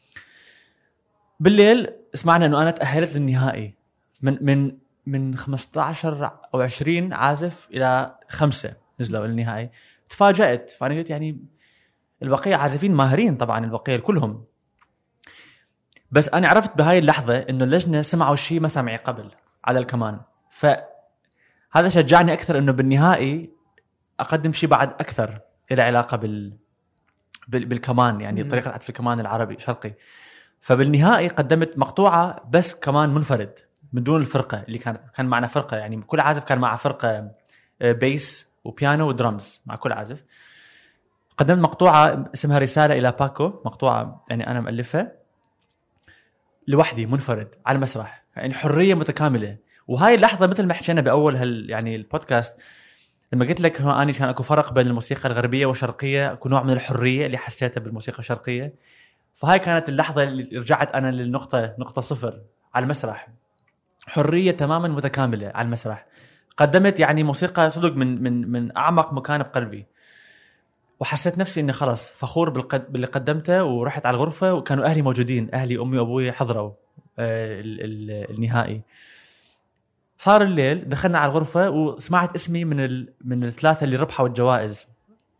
بالليل سمعنا انه انا تاهلت للنهائي من 15 او 20 عازف الى 5 نزلوا للنهائي. تفاجأت، فانا قلت يعني البقيه عازفين ماهرين طبعا، البقيه كلهم، بس انا عرفت بهاي اللحظه انه اللجنه سمعوا شيء ما سمعي قبل على الكمان، فهذا شجعني اكثر انه بالنهائي اقدم شيء بعد اكثر له علاقه بالكمان، يعني طريقه عزف الكمان العربي شرقي. فبالنهائي قدمت مقطوعه بس كمان منفرد من دون الفرقه اللي كان معنا فرقه، يعني كل عازف كان معه فرقه بيس وبيانو ودرمز مع كل عازف. قدمت مقطوعه اسمها رساله الى باكو، مقطوعه يعني انا مؤلفها لوحدي منفرد على المسرح، يعني حريه متكامله. وهاي اللحظه مثل ما حكينا باول يعني البودكاست لما قلت لك هو اني كان اكو فرق بين الموسيقى الغربيه والشرقيه، اكو نوع من الحريه اللي حسيتها بالموسيقى الشرقيه. فهاي كانت اللحظه اللي رجعت انا نقطه صفر على المسرح، حريه تماما متكامله على المسرح. قدمت يعني موسيقى صدق من اعمق مكان بقلبي، وحسيت نفسي اني خلاص فخور باللي قدمته. ورحت على الغرفه وكانوا اهلي موجودين، اهلي امي وابوي حضروا النهائي. صار الليل، دخلنا على الغرفه وسمعت اسمي من الثلاثه اللي ربحوا الجوائز.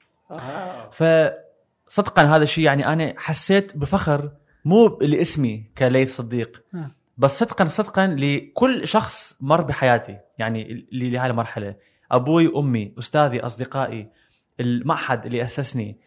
فصدقا هذا الشيء يعني انا حسيت بفخر، مو لاسمي كليث صديق، بس صدقا لكل شخص مر بحياتي، يعني لهذه المرحله. ابوي، امي، استاذي، اصدقائي، المعهد اللي اسسني،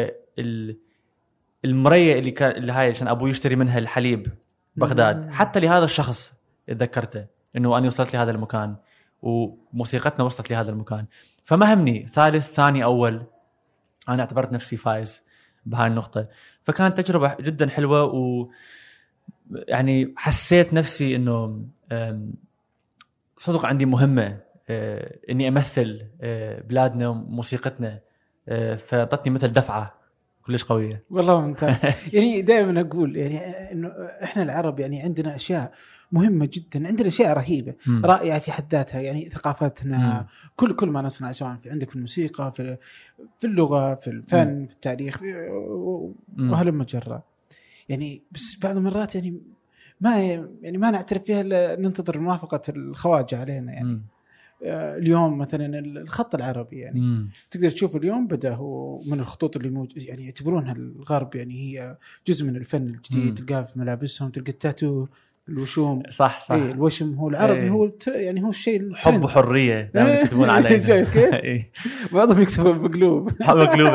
المريه اللي هاي عشان ابوي يشتري منها الحليب بغداد. حتى لهذا الشخص اتذكرته انه انا وصلت لهذا المكان وموسيقتنا وصلت لهذا المكان. فما همني ثالث ثاني اول، انا اعتبرت نفسي فايز بهاي النقطه. فكانت تجربه جدا حلوه، و يعني حسيت نفسي انه صدق عندي مهمه اني امثل بلادنا وموسيقتنا. فاعطتني مثل دفعه كلش قويه. والله ممتاز. يعني دائما اقول يعني انه احنا العرب يعني عندنا اشياء مهمه جدا، عندنا اشياء رهيبه رائعه في حد ذاتها، يعني ثقافتنا، كل ما نصنع، سواء في عندك في الموسيقى، في اللغه، في الفن، في التاريخ، وهلم جرا. يعني بس بعض المرات يعني ما نعترف فيها، ننتظر موافقه الخواجه علينا. يعني اليوم مثلا الخط العربي يعني تقدر تشوف اليوم بدأ هو من الخطوط اللي يعني يعتبرونها الغرب يعني هي جزء من الفن الجديد. تلقاه في ملابسهم، تلقى التاتو، الوشوم. صح إيه الوشم هو العربي. هو يعني هو الشيء حب وحريه دائما يكتبون عليه. شايف كيف؟ بعضهم يكتبوا بقلوب مقلوب.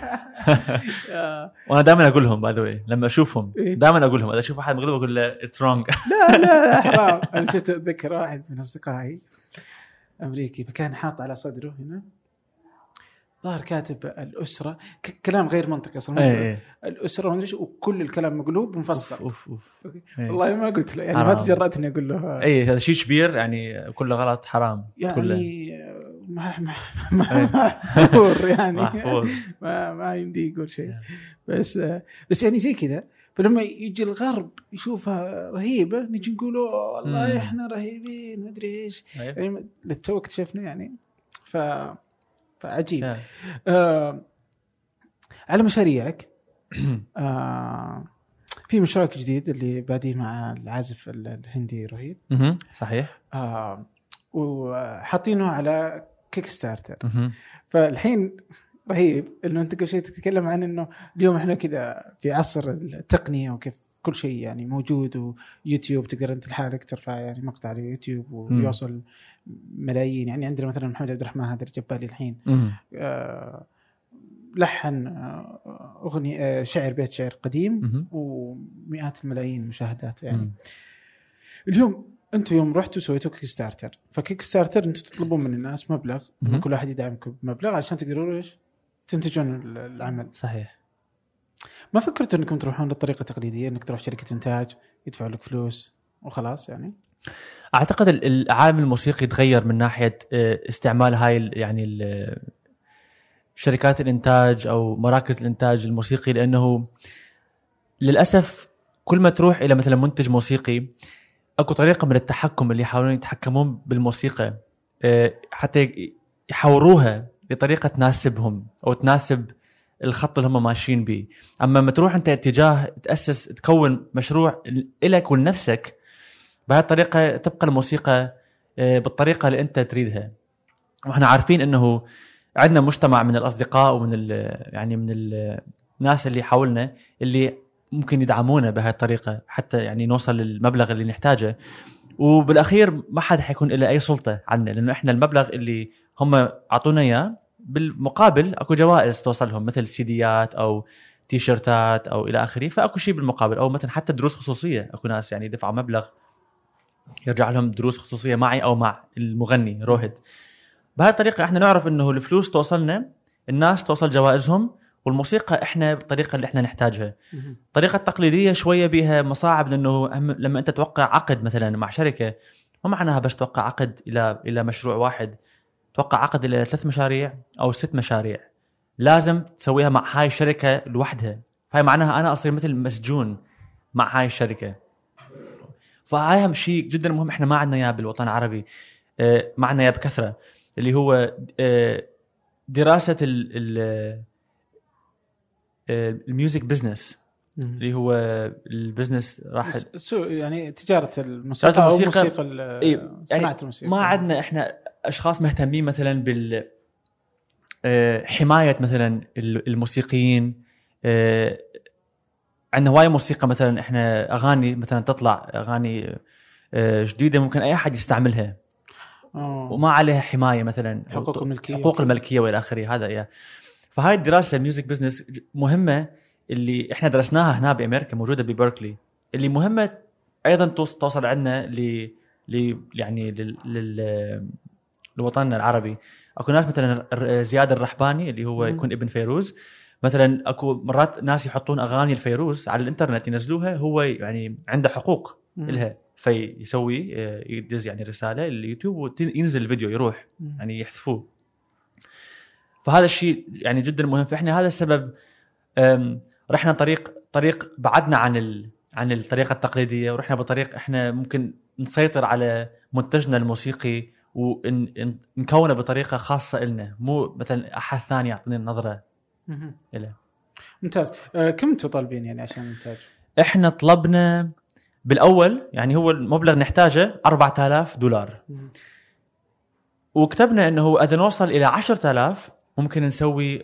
وانا دائما اقول لهم باي لما اشوفهم دائما اقول لهم اذا اشوف واحد مقلوب اقول له اتس رونج. لا حرام. انا شفت اتذكر واحد من اصدقائي أمريكي، فكان حاط على صدره هنا ظاهر كاتب الأسرة، كلام غير منطقي أصلا. الأسرة وندري وكل الكلام مقلوب مفصل. والله ما قلت له يعني ما تجرأت إني أقول له هذا شيء كبير يعني كله غلط حرام يعني كله. محفور يعني ما يمدي يقول شيء. بس يعني زي كذا. فلما يجي الغرب يشوفها رهيبة نجي نقوله والله إحنا رهيبين ما أدري إيش. يعني للتو اكتشفنا يعني. فعجيب. على مشاريعك في مشروعك جديد اللي بادي مع العازف الهندي رهيب. صحيح. وحاطينه على كيك ستارتر. فالحين رهيب انه انت كل شيء تتكلم عن انه اليوم احنا كذا في عصر التقنيه وكيف كل شيء يعني موجود، ويوتيوب تقدر انت لحالك ترفع يعني مقطع على يوتيوب ويوصل ملايين. يعني عندنا مثلا محمد عبد الرحمن هذا الجبالي الحين لحن اغنيه شعر بيت شعر قديم ومئات الملايين مشاهدات. يعني اليوم انتم يوم رحتوا سويتوا كيك ستارتر، فكيك ستارتر انتم تطلبون من الناس مبلغ، كل واحد يدعمكم بمبلغ عشان تقدروا ايش تنتجون العمل. صحيح. ما فكرتوا انكم تروحون للطريقه التقليديه انك تروح شركه انتاج يدفعوا لك فلوس وخلاص؟ يعني اعتقد العالم الموسيقي تغير من ناحيه استعمال هاي يعني شركات الانتاج او مراكز الانتاج الموسيقي، لانه للاسف كل ما تروح الى مثلا منتج موسيقي اكو طريقه من التحكم اللي يحاولون يتحكمون بالموسيقى حتى يحوروها بطريقه تناسبهم او تناسب الخط اللي هم ماشيين به. اما لما تروح انت اتجاه تاسس تكون مشروع لك ولنفسك، بهذه الطريقه تبقى الموسيقى بالطريقه اللي انت تريدها. واحنا عارفين انه عندنا مجتمع من الاصدقاء ومن يعني من الناس اللي حولنا اللي ممكن يدعمونا بهذه الطريقه حتى يعني نوصل للمبلغ اللي نحتاجه. وبالاخير ما حد حيكون له اي سلطه عنا، لانه احنا المبلغ اللي هم اعطونا اياه بالمقابل اكو جوائز توصلهم، مثل سيديات او تيشيرتات او الى اخره، فاكو شيء بالمقابل، او مثلا حتى دروس خصوصيه. اكو ناس يعني دفعوا مبلغ يرجع لهم دروس خصوصيه معي او مع المغني روهد. بهذه الطريقه احنا نعرف انه الفلوس توصلنا، الناس توصل جوائزهم، والموسيقى احنا بالطريقه اللي احنا نحتاجها. الطريقه التقليديه شويه بها مصاعب، لانه لما انت توقع عقد مثلا مع شركه، ما معناها بس توقع عقد الى مشروع واحد، توقع عقد الى 3 مشاريع او 6 مشاريع، لازم تسويها مع هاي الشركه لوحدها. فهي معناها انا اصير مثل مسجون مع هاي الشركه. فهاي اهم شيء جدا مهم احنا ما عندنا اياه بالوطن العربي، ما عندنا اياه بكثره، اللي هو دراسه الميوزك بزنس، اللي هو البزنس راح يعني تجاره الموسيقى او موسيقى صناعه الموسيقى. ما عندنا احنا اشخاص مهتمين مثلا بال حمايه مثلا الموسيقيين. عندنا هوايه موسيقى مثلا، احنا اغاني مثلا تطلع اغاني جديده ممكن اي احد يستعملها وما عليها حمايه مثلا حقوق الملكيه والى اخره. هذا يعني فهاي الدراسه الميوزك بزنس مهمه، اللي احنا درسناها هنا بامريكا، موجوده ببركلي، اللي مهمه ايضا توصل عندنا يعني لوطننا العربي. اكو ناس مثلا زياد الرحباني اللي هو يكون ابن فيروز مثلا، اكو مرات ناس يحطون اغاني الفيروز على الانترنت ينزلوها، هو يعني عنده حقوق لها، فيسوي يدز يعني رساله لليوتيوب وينزل الفيديو يروح يعني يحذفوه. فهذا الشيء يعني جدا مهم. فاحنا هذا السبب رحنا طريق بعدنا عن الطريقه التقليديه، ورحنا بطريق احنا ممكن نسيطر على منتجنا الموسيقي ونكونه بطريقه خاصه لنا، مو مثلا احد ثاني يعطينا النظره له. ممتاز. كم انتم طالبين يعني عشان الانتاج؟ احنا طلبنا بالاول يعني هو المبلغ نحتاجه $4000، وكتبنا انه اذا نوصل الى 10,000 ممكن نسوي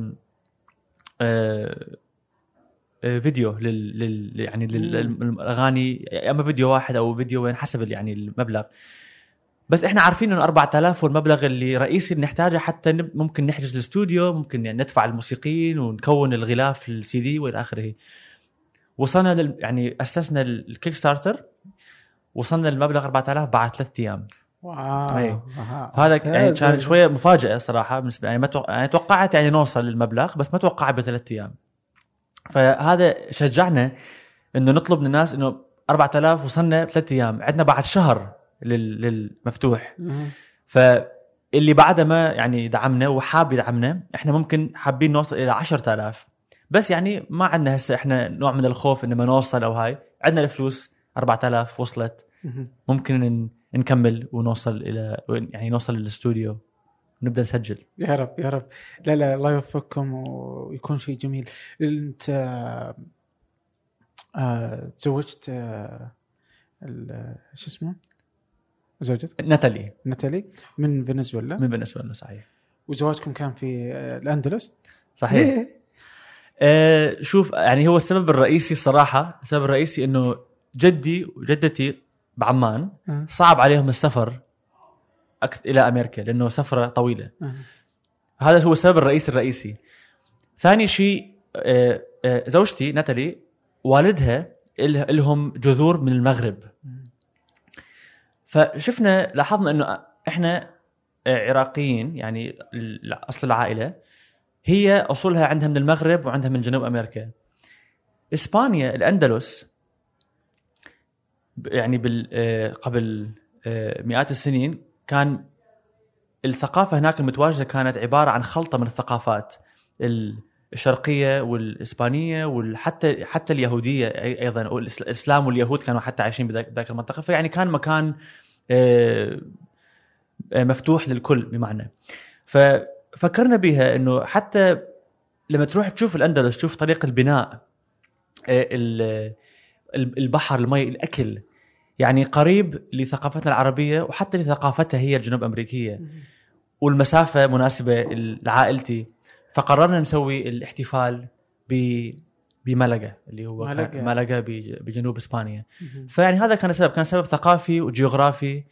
فيديو يعني للاغاني، اما فيديو واحد او فيديوين حسب يعني المبلغ. بس احنا عارفين انه 4000 هو المبلغ اللي رئيسي بنحتاجه حتى ممكن نحجز الاستوديو، ممكن يعني ندفع الموسيقيين ونكون الغلاف السي دي والى اخره. وصلنا يعني اسسنا الكيك ستارتر، وصلنا المبلغ 4000 بعد 3 ايام. واو. هذا يعني كان شويه مفاجاه صراحه بالنسبه يعني يعني توقعت يعني نوصل للمبلغ، بس ما توقع ب3 ايام. فهذا شجعنا انه نطلب من الناس انه 4000 وصلنا ب3 ايام، عندنا بعد شهر للمفتوح. فاللي بعده ما يعني دعمنا وحاب يدعمنا، احنا ممكن حابين نوصل الى 10,000، بس يعني ما عندنا هسه احنا نوع من الخوف انه ما نوصل او هاي، عندنا الفلوس 4000 وصلت، ممكن نكمل ونوصل الى يعني نوصل للاستوديو ونبدا نسجل. يا رب يا رب. لا الله يوفقكم ويكون شيء جميل. انت تزوجت شو اسمه زوجتك؟ ناتالي من فنزويلا. صحيح. وزواجكم كان في الأندلس؟ صحيح. شوف يعني هو السبب الرئيسي الصراحة، السبب الرئيسي إنه جدي وجدتي بعمان صعب عليهم السفر إلى أمريكا لأنه سفرة طويلة. هذا هو السبب الرئيسي. ثاني شيء زوجتي ناتالي والدها لهم جذور من المغرب، فشفنا لاحظنا إنه إحنا عراقيين، يعني أصل العائلة هي أصولها عندها من المغرب وعندها من جنوب أمريكا. إسبانيا الأندلس يعني قبل مئات السنين كان الثقافة هناك المتواجدة كانت عبارة عن خلطة من الثقافات الشرقية والإسبانية وحتى اليهودية أيضا، والإسلام واليهود كانوا حتى عايشين بذاك المنطقة. فيعني كان مكان مفتوح للكل بمعنى. ففكرنا بها انه حتى لما تروح تشوف الاندلس تشوف طريقه البناء، البحر، المي، الاكل، يعني قريب لثقافتنا العربيه وحتى لثقافتها هي الجنوب امريكيه، والمسافه مناسبه لعائلتي. فقررنا نسوي الاحتفال بملقا اللي هو ملقا بجنوب اسبانيا. فيعني هذا كان سبب ثقافي وجيوغرافي،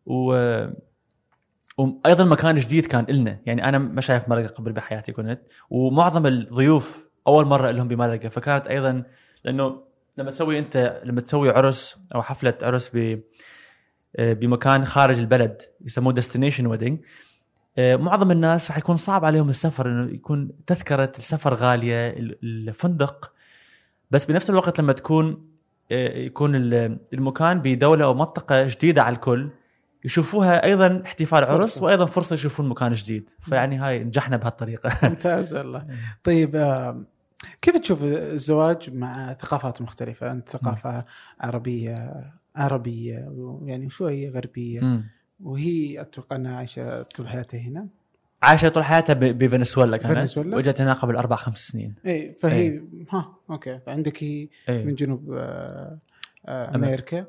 وايضا مكان جديد كان لنا. يعني انا ما شايف ملقا قبل بحياتي كنت، ومعظم الضيوف اول مره لهم بملقا. فكانت ايضا لانه لما تسوي عرس او حفله عرس بمكان خارج البلد يسموه ديستنيشن ويدنج، معظم الناس راح يكون صعب عليهم السفر، انه يكون تذكره السفر غاليه، الفندق. بس بنفس الوقت لما يكون المكان بدوله او منطقه جديده على الكل، يشوفوها ايضا احتفال عرس وايضا فرصه يشوفون مكان جديد. فيعني هاي نجحنا بهالطريقه. ممتاز والله. طيب كيف تشوف الزواج مع ثقافات مختلفه؟ انت ثقافه عربيه يعني شويه غربيه، وهي اتوقع انها عايشه طول حياتها هنا. عايشه طول حياتها بفنزويلا كانت، وجت هنا قبل 4-5 سنين. اي فهي اوكي. فعندك هي من جنوب امريكا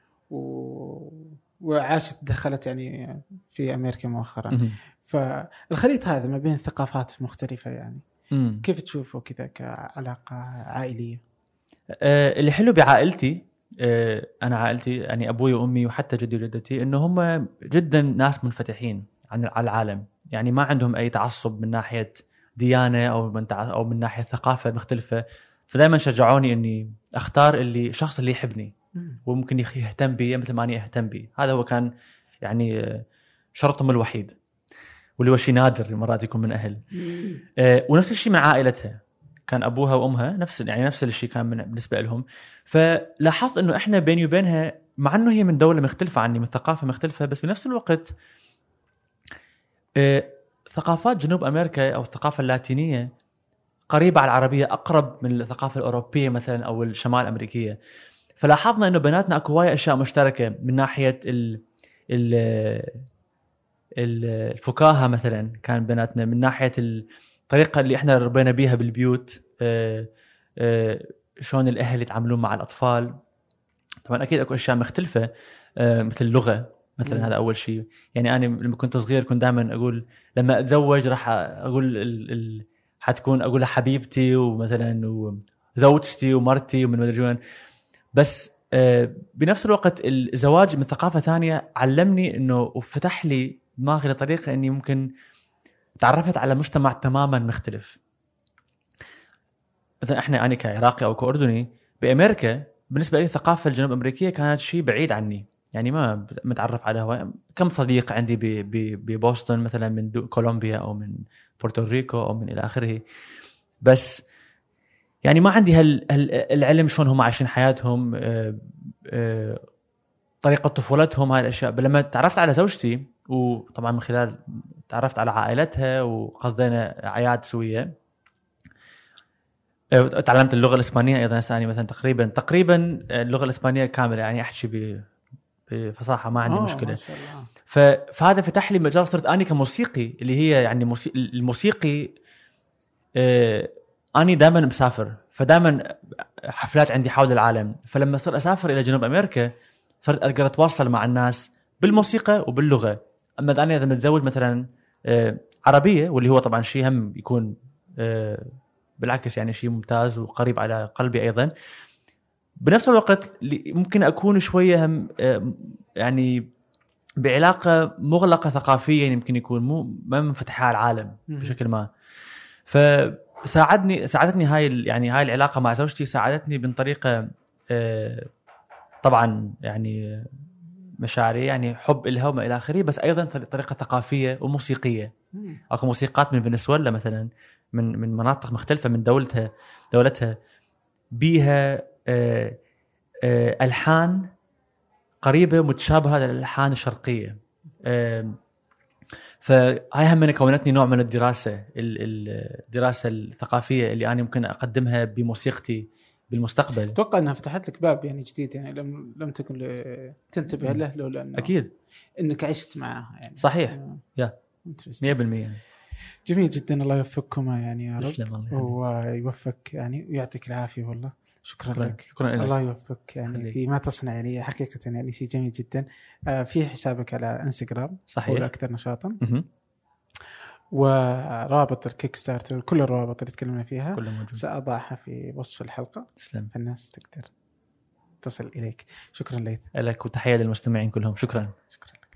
وعاشت دخلت يعني في امريكا مؤخرا. فالخليط هذا ما بين ثقافات مختلفه يعني كيف تشوفه كذا كعلاقه عائليه؟ اللي حلو بعائلتي، انا عائلتي يعني ابوي وامي وحتى جدي وجدتي، انه هم جدا ناس منفتحين على العالم. يعني ما عندهم اي تعصب من ناحيه ديانه او من ناحيه ثقافه مختلفه. فدائما شجعوني اني اختار الشخص اللي يحبني وممكن يهتم بي مثل ما اني اهتم بي. هذا هو كان يعني شرطهم الوحيد، واللي هو شيء نادر مرات يكون من اهل. ونفس الشيء مع عائلتها، كان ابوها وامها نفس الشيء كان بالنسبه لهم. فلاحظت انه احنا بيني وبينها، مع انه هي من دوله مختلفه عني، من ثقافه مختلفه، بس بنفس الوقت ثقافات جنوب امريكا او الثقافه اللاتينيه قريبه على العربيه، اقرب من الثقافه الاوروبيه مثلا او الشمال الامريكيه. فلاحظنا انه بيناتنا اكو وايد اشياء مشتركه من ناحيه الفكاهه مثلا، كان بيناتنا من ناحيه الطريقه اللي احنا ربينا بيها بالبيوت، شلون الاهل يتعاملون مع الاطفال. طبعا اكيد اكو اشياء مختلفه مثل اللغه مثلا. هذا اول شيء. يعني انا لما كنت صغير كنت دائما اقول لما اتزوج راح اقول حتكون اقول حبيبتي ومثلا وزوجتي ومرتي ومن مدري وين. بس بنفس الوقت الزواج من ثقافه ثانيه علمني انه وفتح لي دماغي لطريقه اني ممكن تعرفت على مجتمع تماما مختلف. مثلا انا كعراقي او كاردني بامريكا، بالنسبه لي الثقافه الجنوب امريكيه كانت شيء بعيد عني. يعني ما متعرف على كم صديق عندي ببوسطن مثلا من كولومبيا او من بورتوريكو او من الى اخره، بس يعني ما عندي العلم شلون هم عايشين حياتهم، طريقه طفولتهم، هاي الاشياء. لما تعرفت على زوجتي، وطبعا من خلال تعرفت على عائلتها وقضينا اعياد سويه، تعلمت اللغه الاسبانيه ايضا. ثاني مثلا تقريبا اللغه الاسبانيه كامله، يعني احكي بفصاحه ما عندي مشكله. ما شاء الله. فهذا فتح لي مجال. صرت اني كموسيقي اللي هي يعني الموسيقي، اني دائما مسافر، فدائما حفلات عندي حول العالم. فلما صرت اسافر الى جنوب امريكا صرت اقدر اتواصل مع الناس بالموسيقى وباللغه. اما انا اذا متزوج مثلا عربيه، واللي هو طبعا شيء هم يكون بالعكس يعني شيء ممتاز وقريب على قلبي ايضا، بنفس الوقت ممكن اكون شويه هم يعني بعلاقه مغلقه ثقافيا، يعني يمكن يكون ما منفتحه على العالم بشكل ما. ساعدتني هاي العلاقه مع زوجتي، ساعدتني من طريقه طبعا يعني مشاعري، يعني حب لها وما الى اخره، بس ايضا طريقه ثقافيه وموسيقيه. اكو موسيقات من فنزويلا مثلا، من مناطق مختلفه من دولتها بيها الحان قريبه متشابهه للالحان الشرقيه. فهاي هم من كونتني نوع من الدراسه الثقافيه اللي انا ممكن اقدمها بموسيقتي بالمستقبل. اتوقع انها فتحت لك باب يعني جديد، يعني لم تكن تنتبه له لولا انه اكيد انك عشت معه يعني. صحيح. يا 100%. جميل جدا. الله يوفقكما يعني يا تسلم رب، الله ويوفق يعني ويعطيك العافيه. والله شكرا لك. شكرا لك. الله يوفقك يعني خليك. في ما تصنع، يعني حقيقه يعني شيء جميل جدا. في حسابك على انستغرام صحيح هو الأكثر نشاطا، ورابط الكيك ستارتر كل الروابط اللي تكلمنا فيها سأضعها في وصف الحلقة. تسلم. فالناس تقدر تصل إليك. شكرا ليث. لك وتحية للمستمعين كلهم. شكرا. شكرا لك.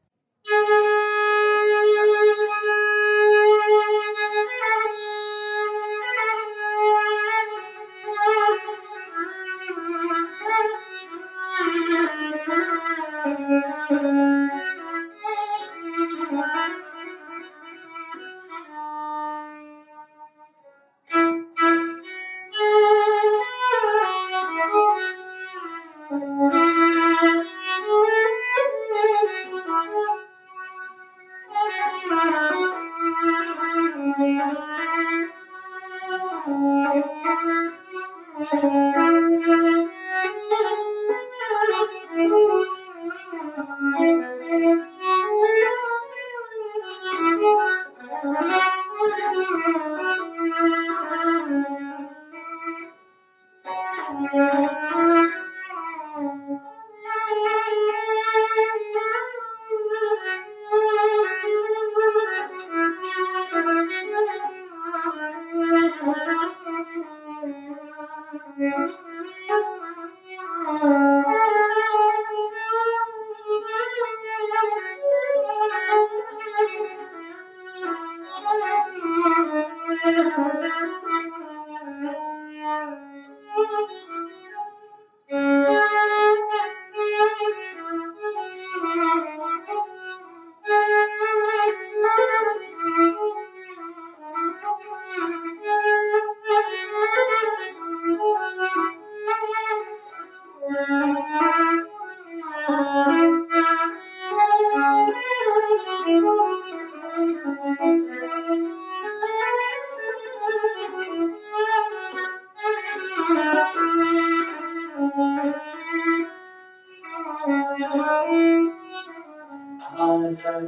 على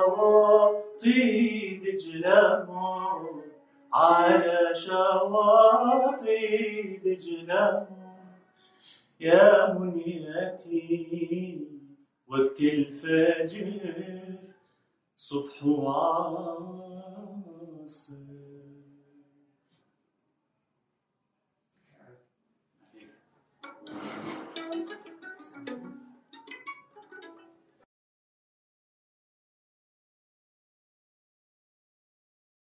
شواطئ دجلة، على شواطئ دجلة يا منيتي وقت الفجر صبح وعصر.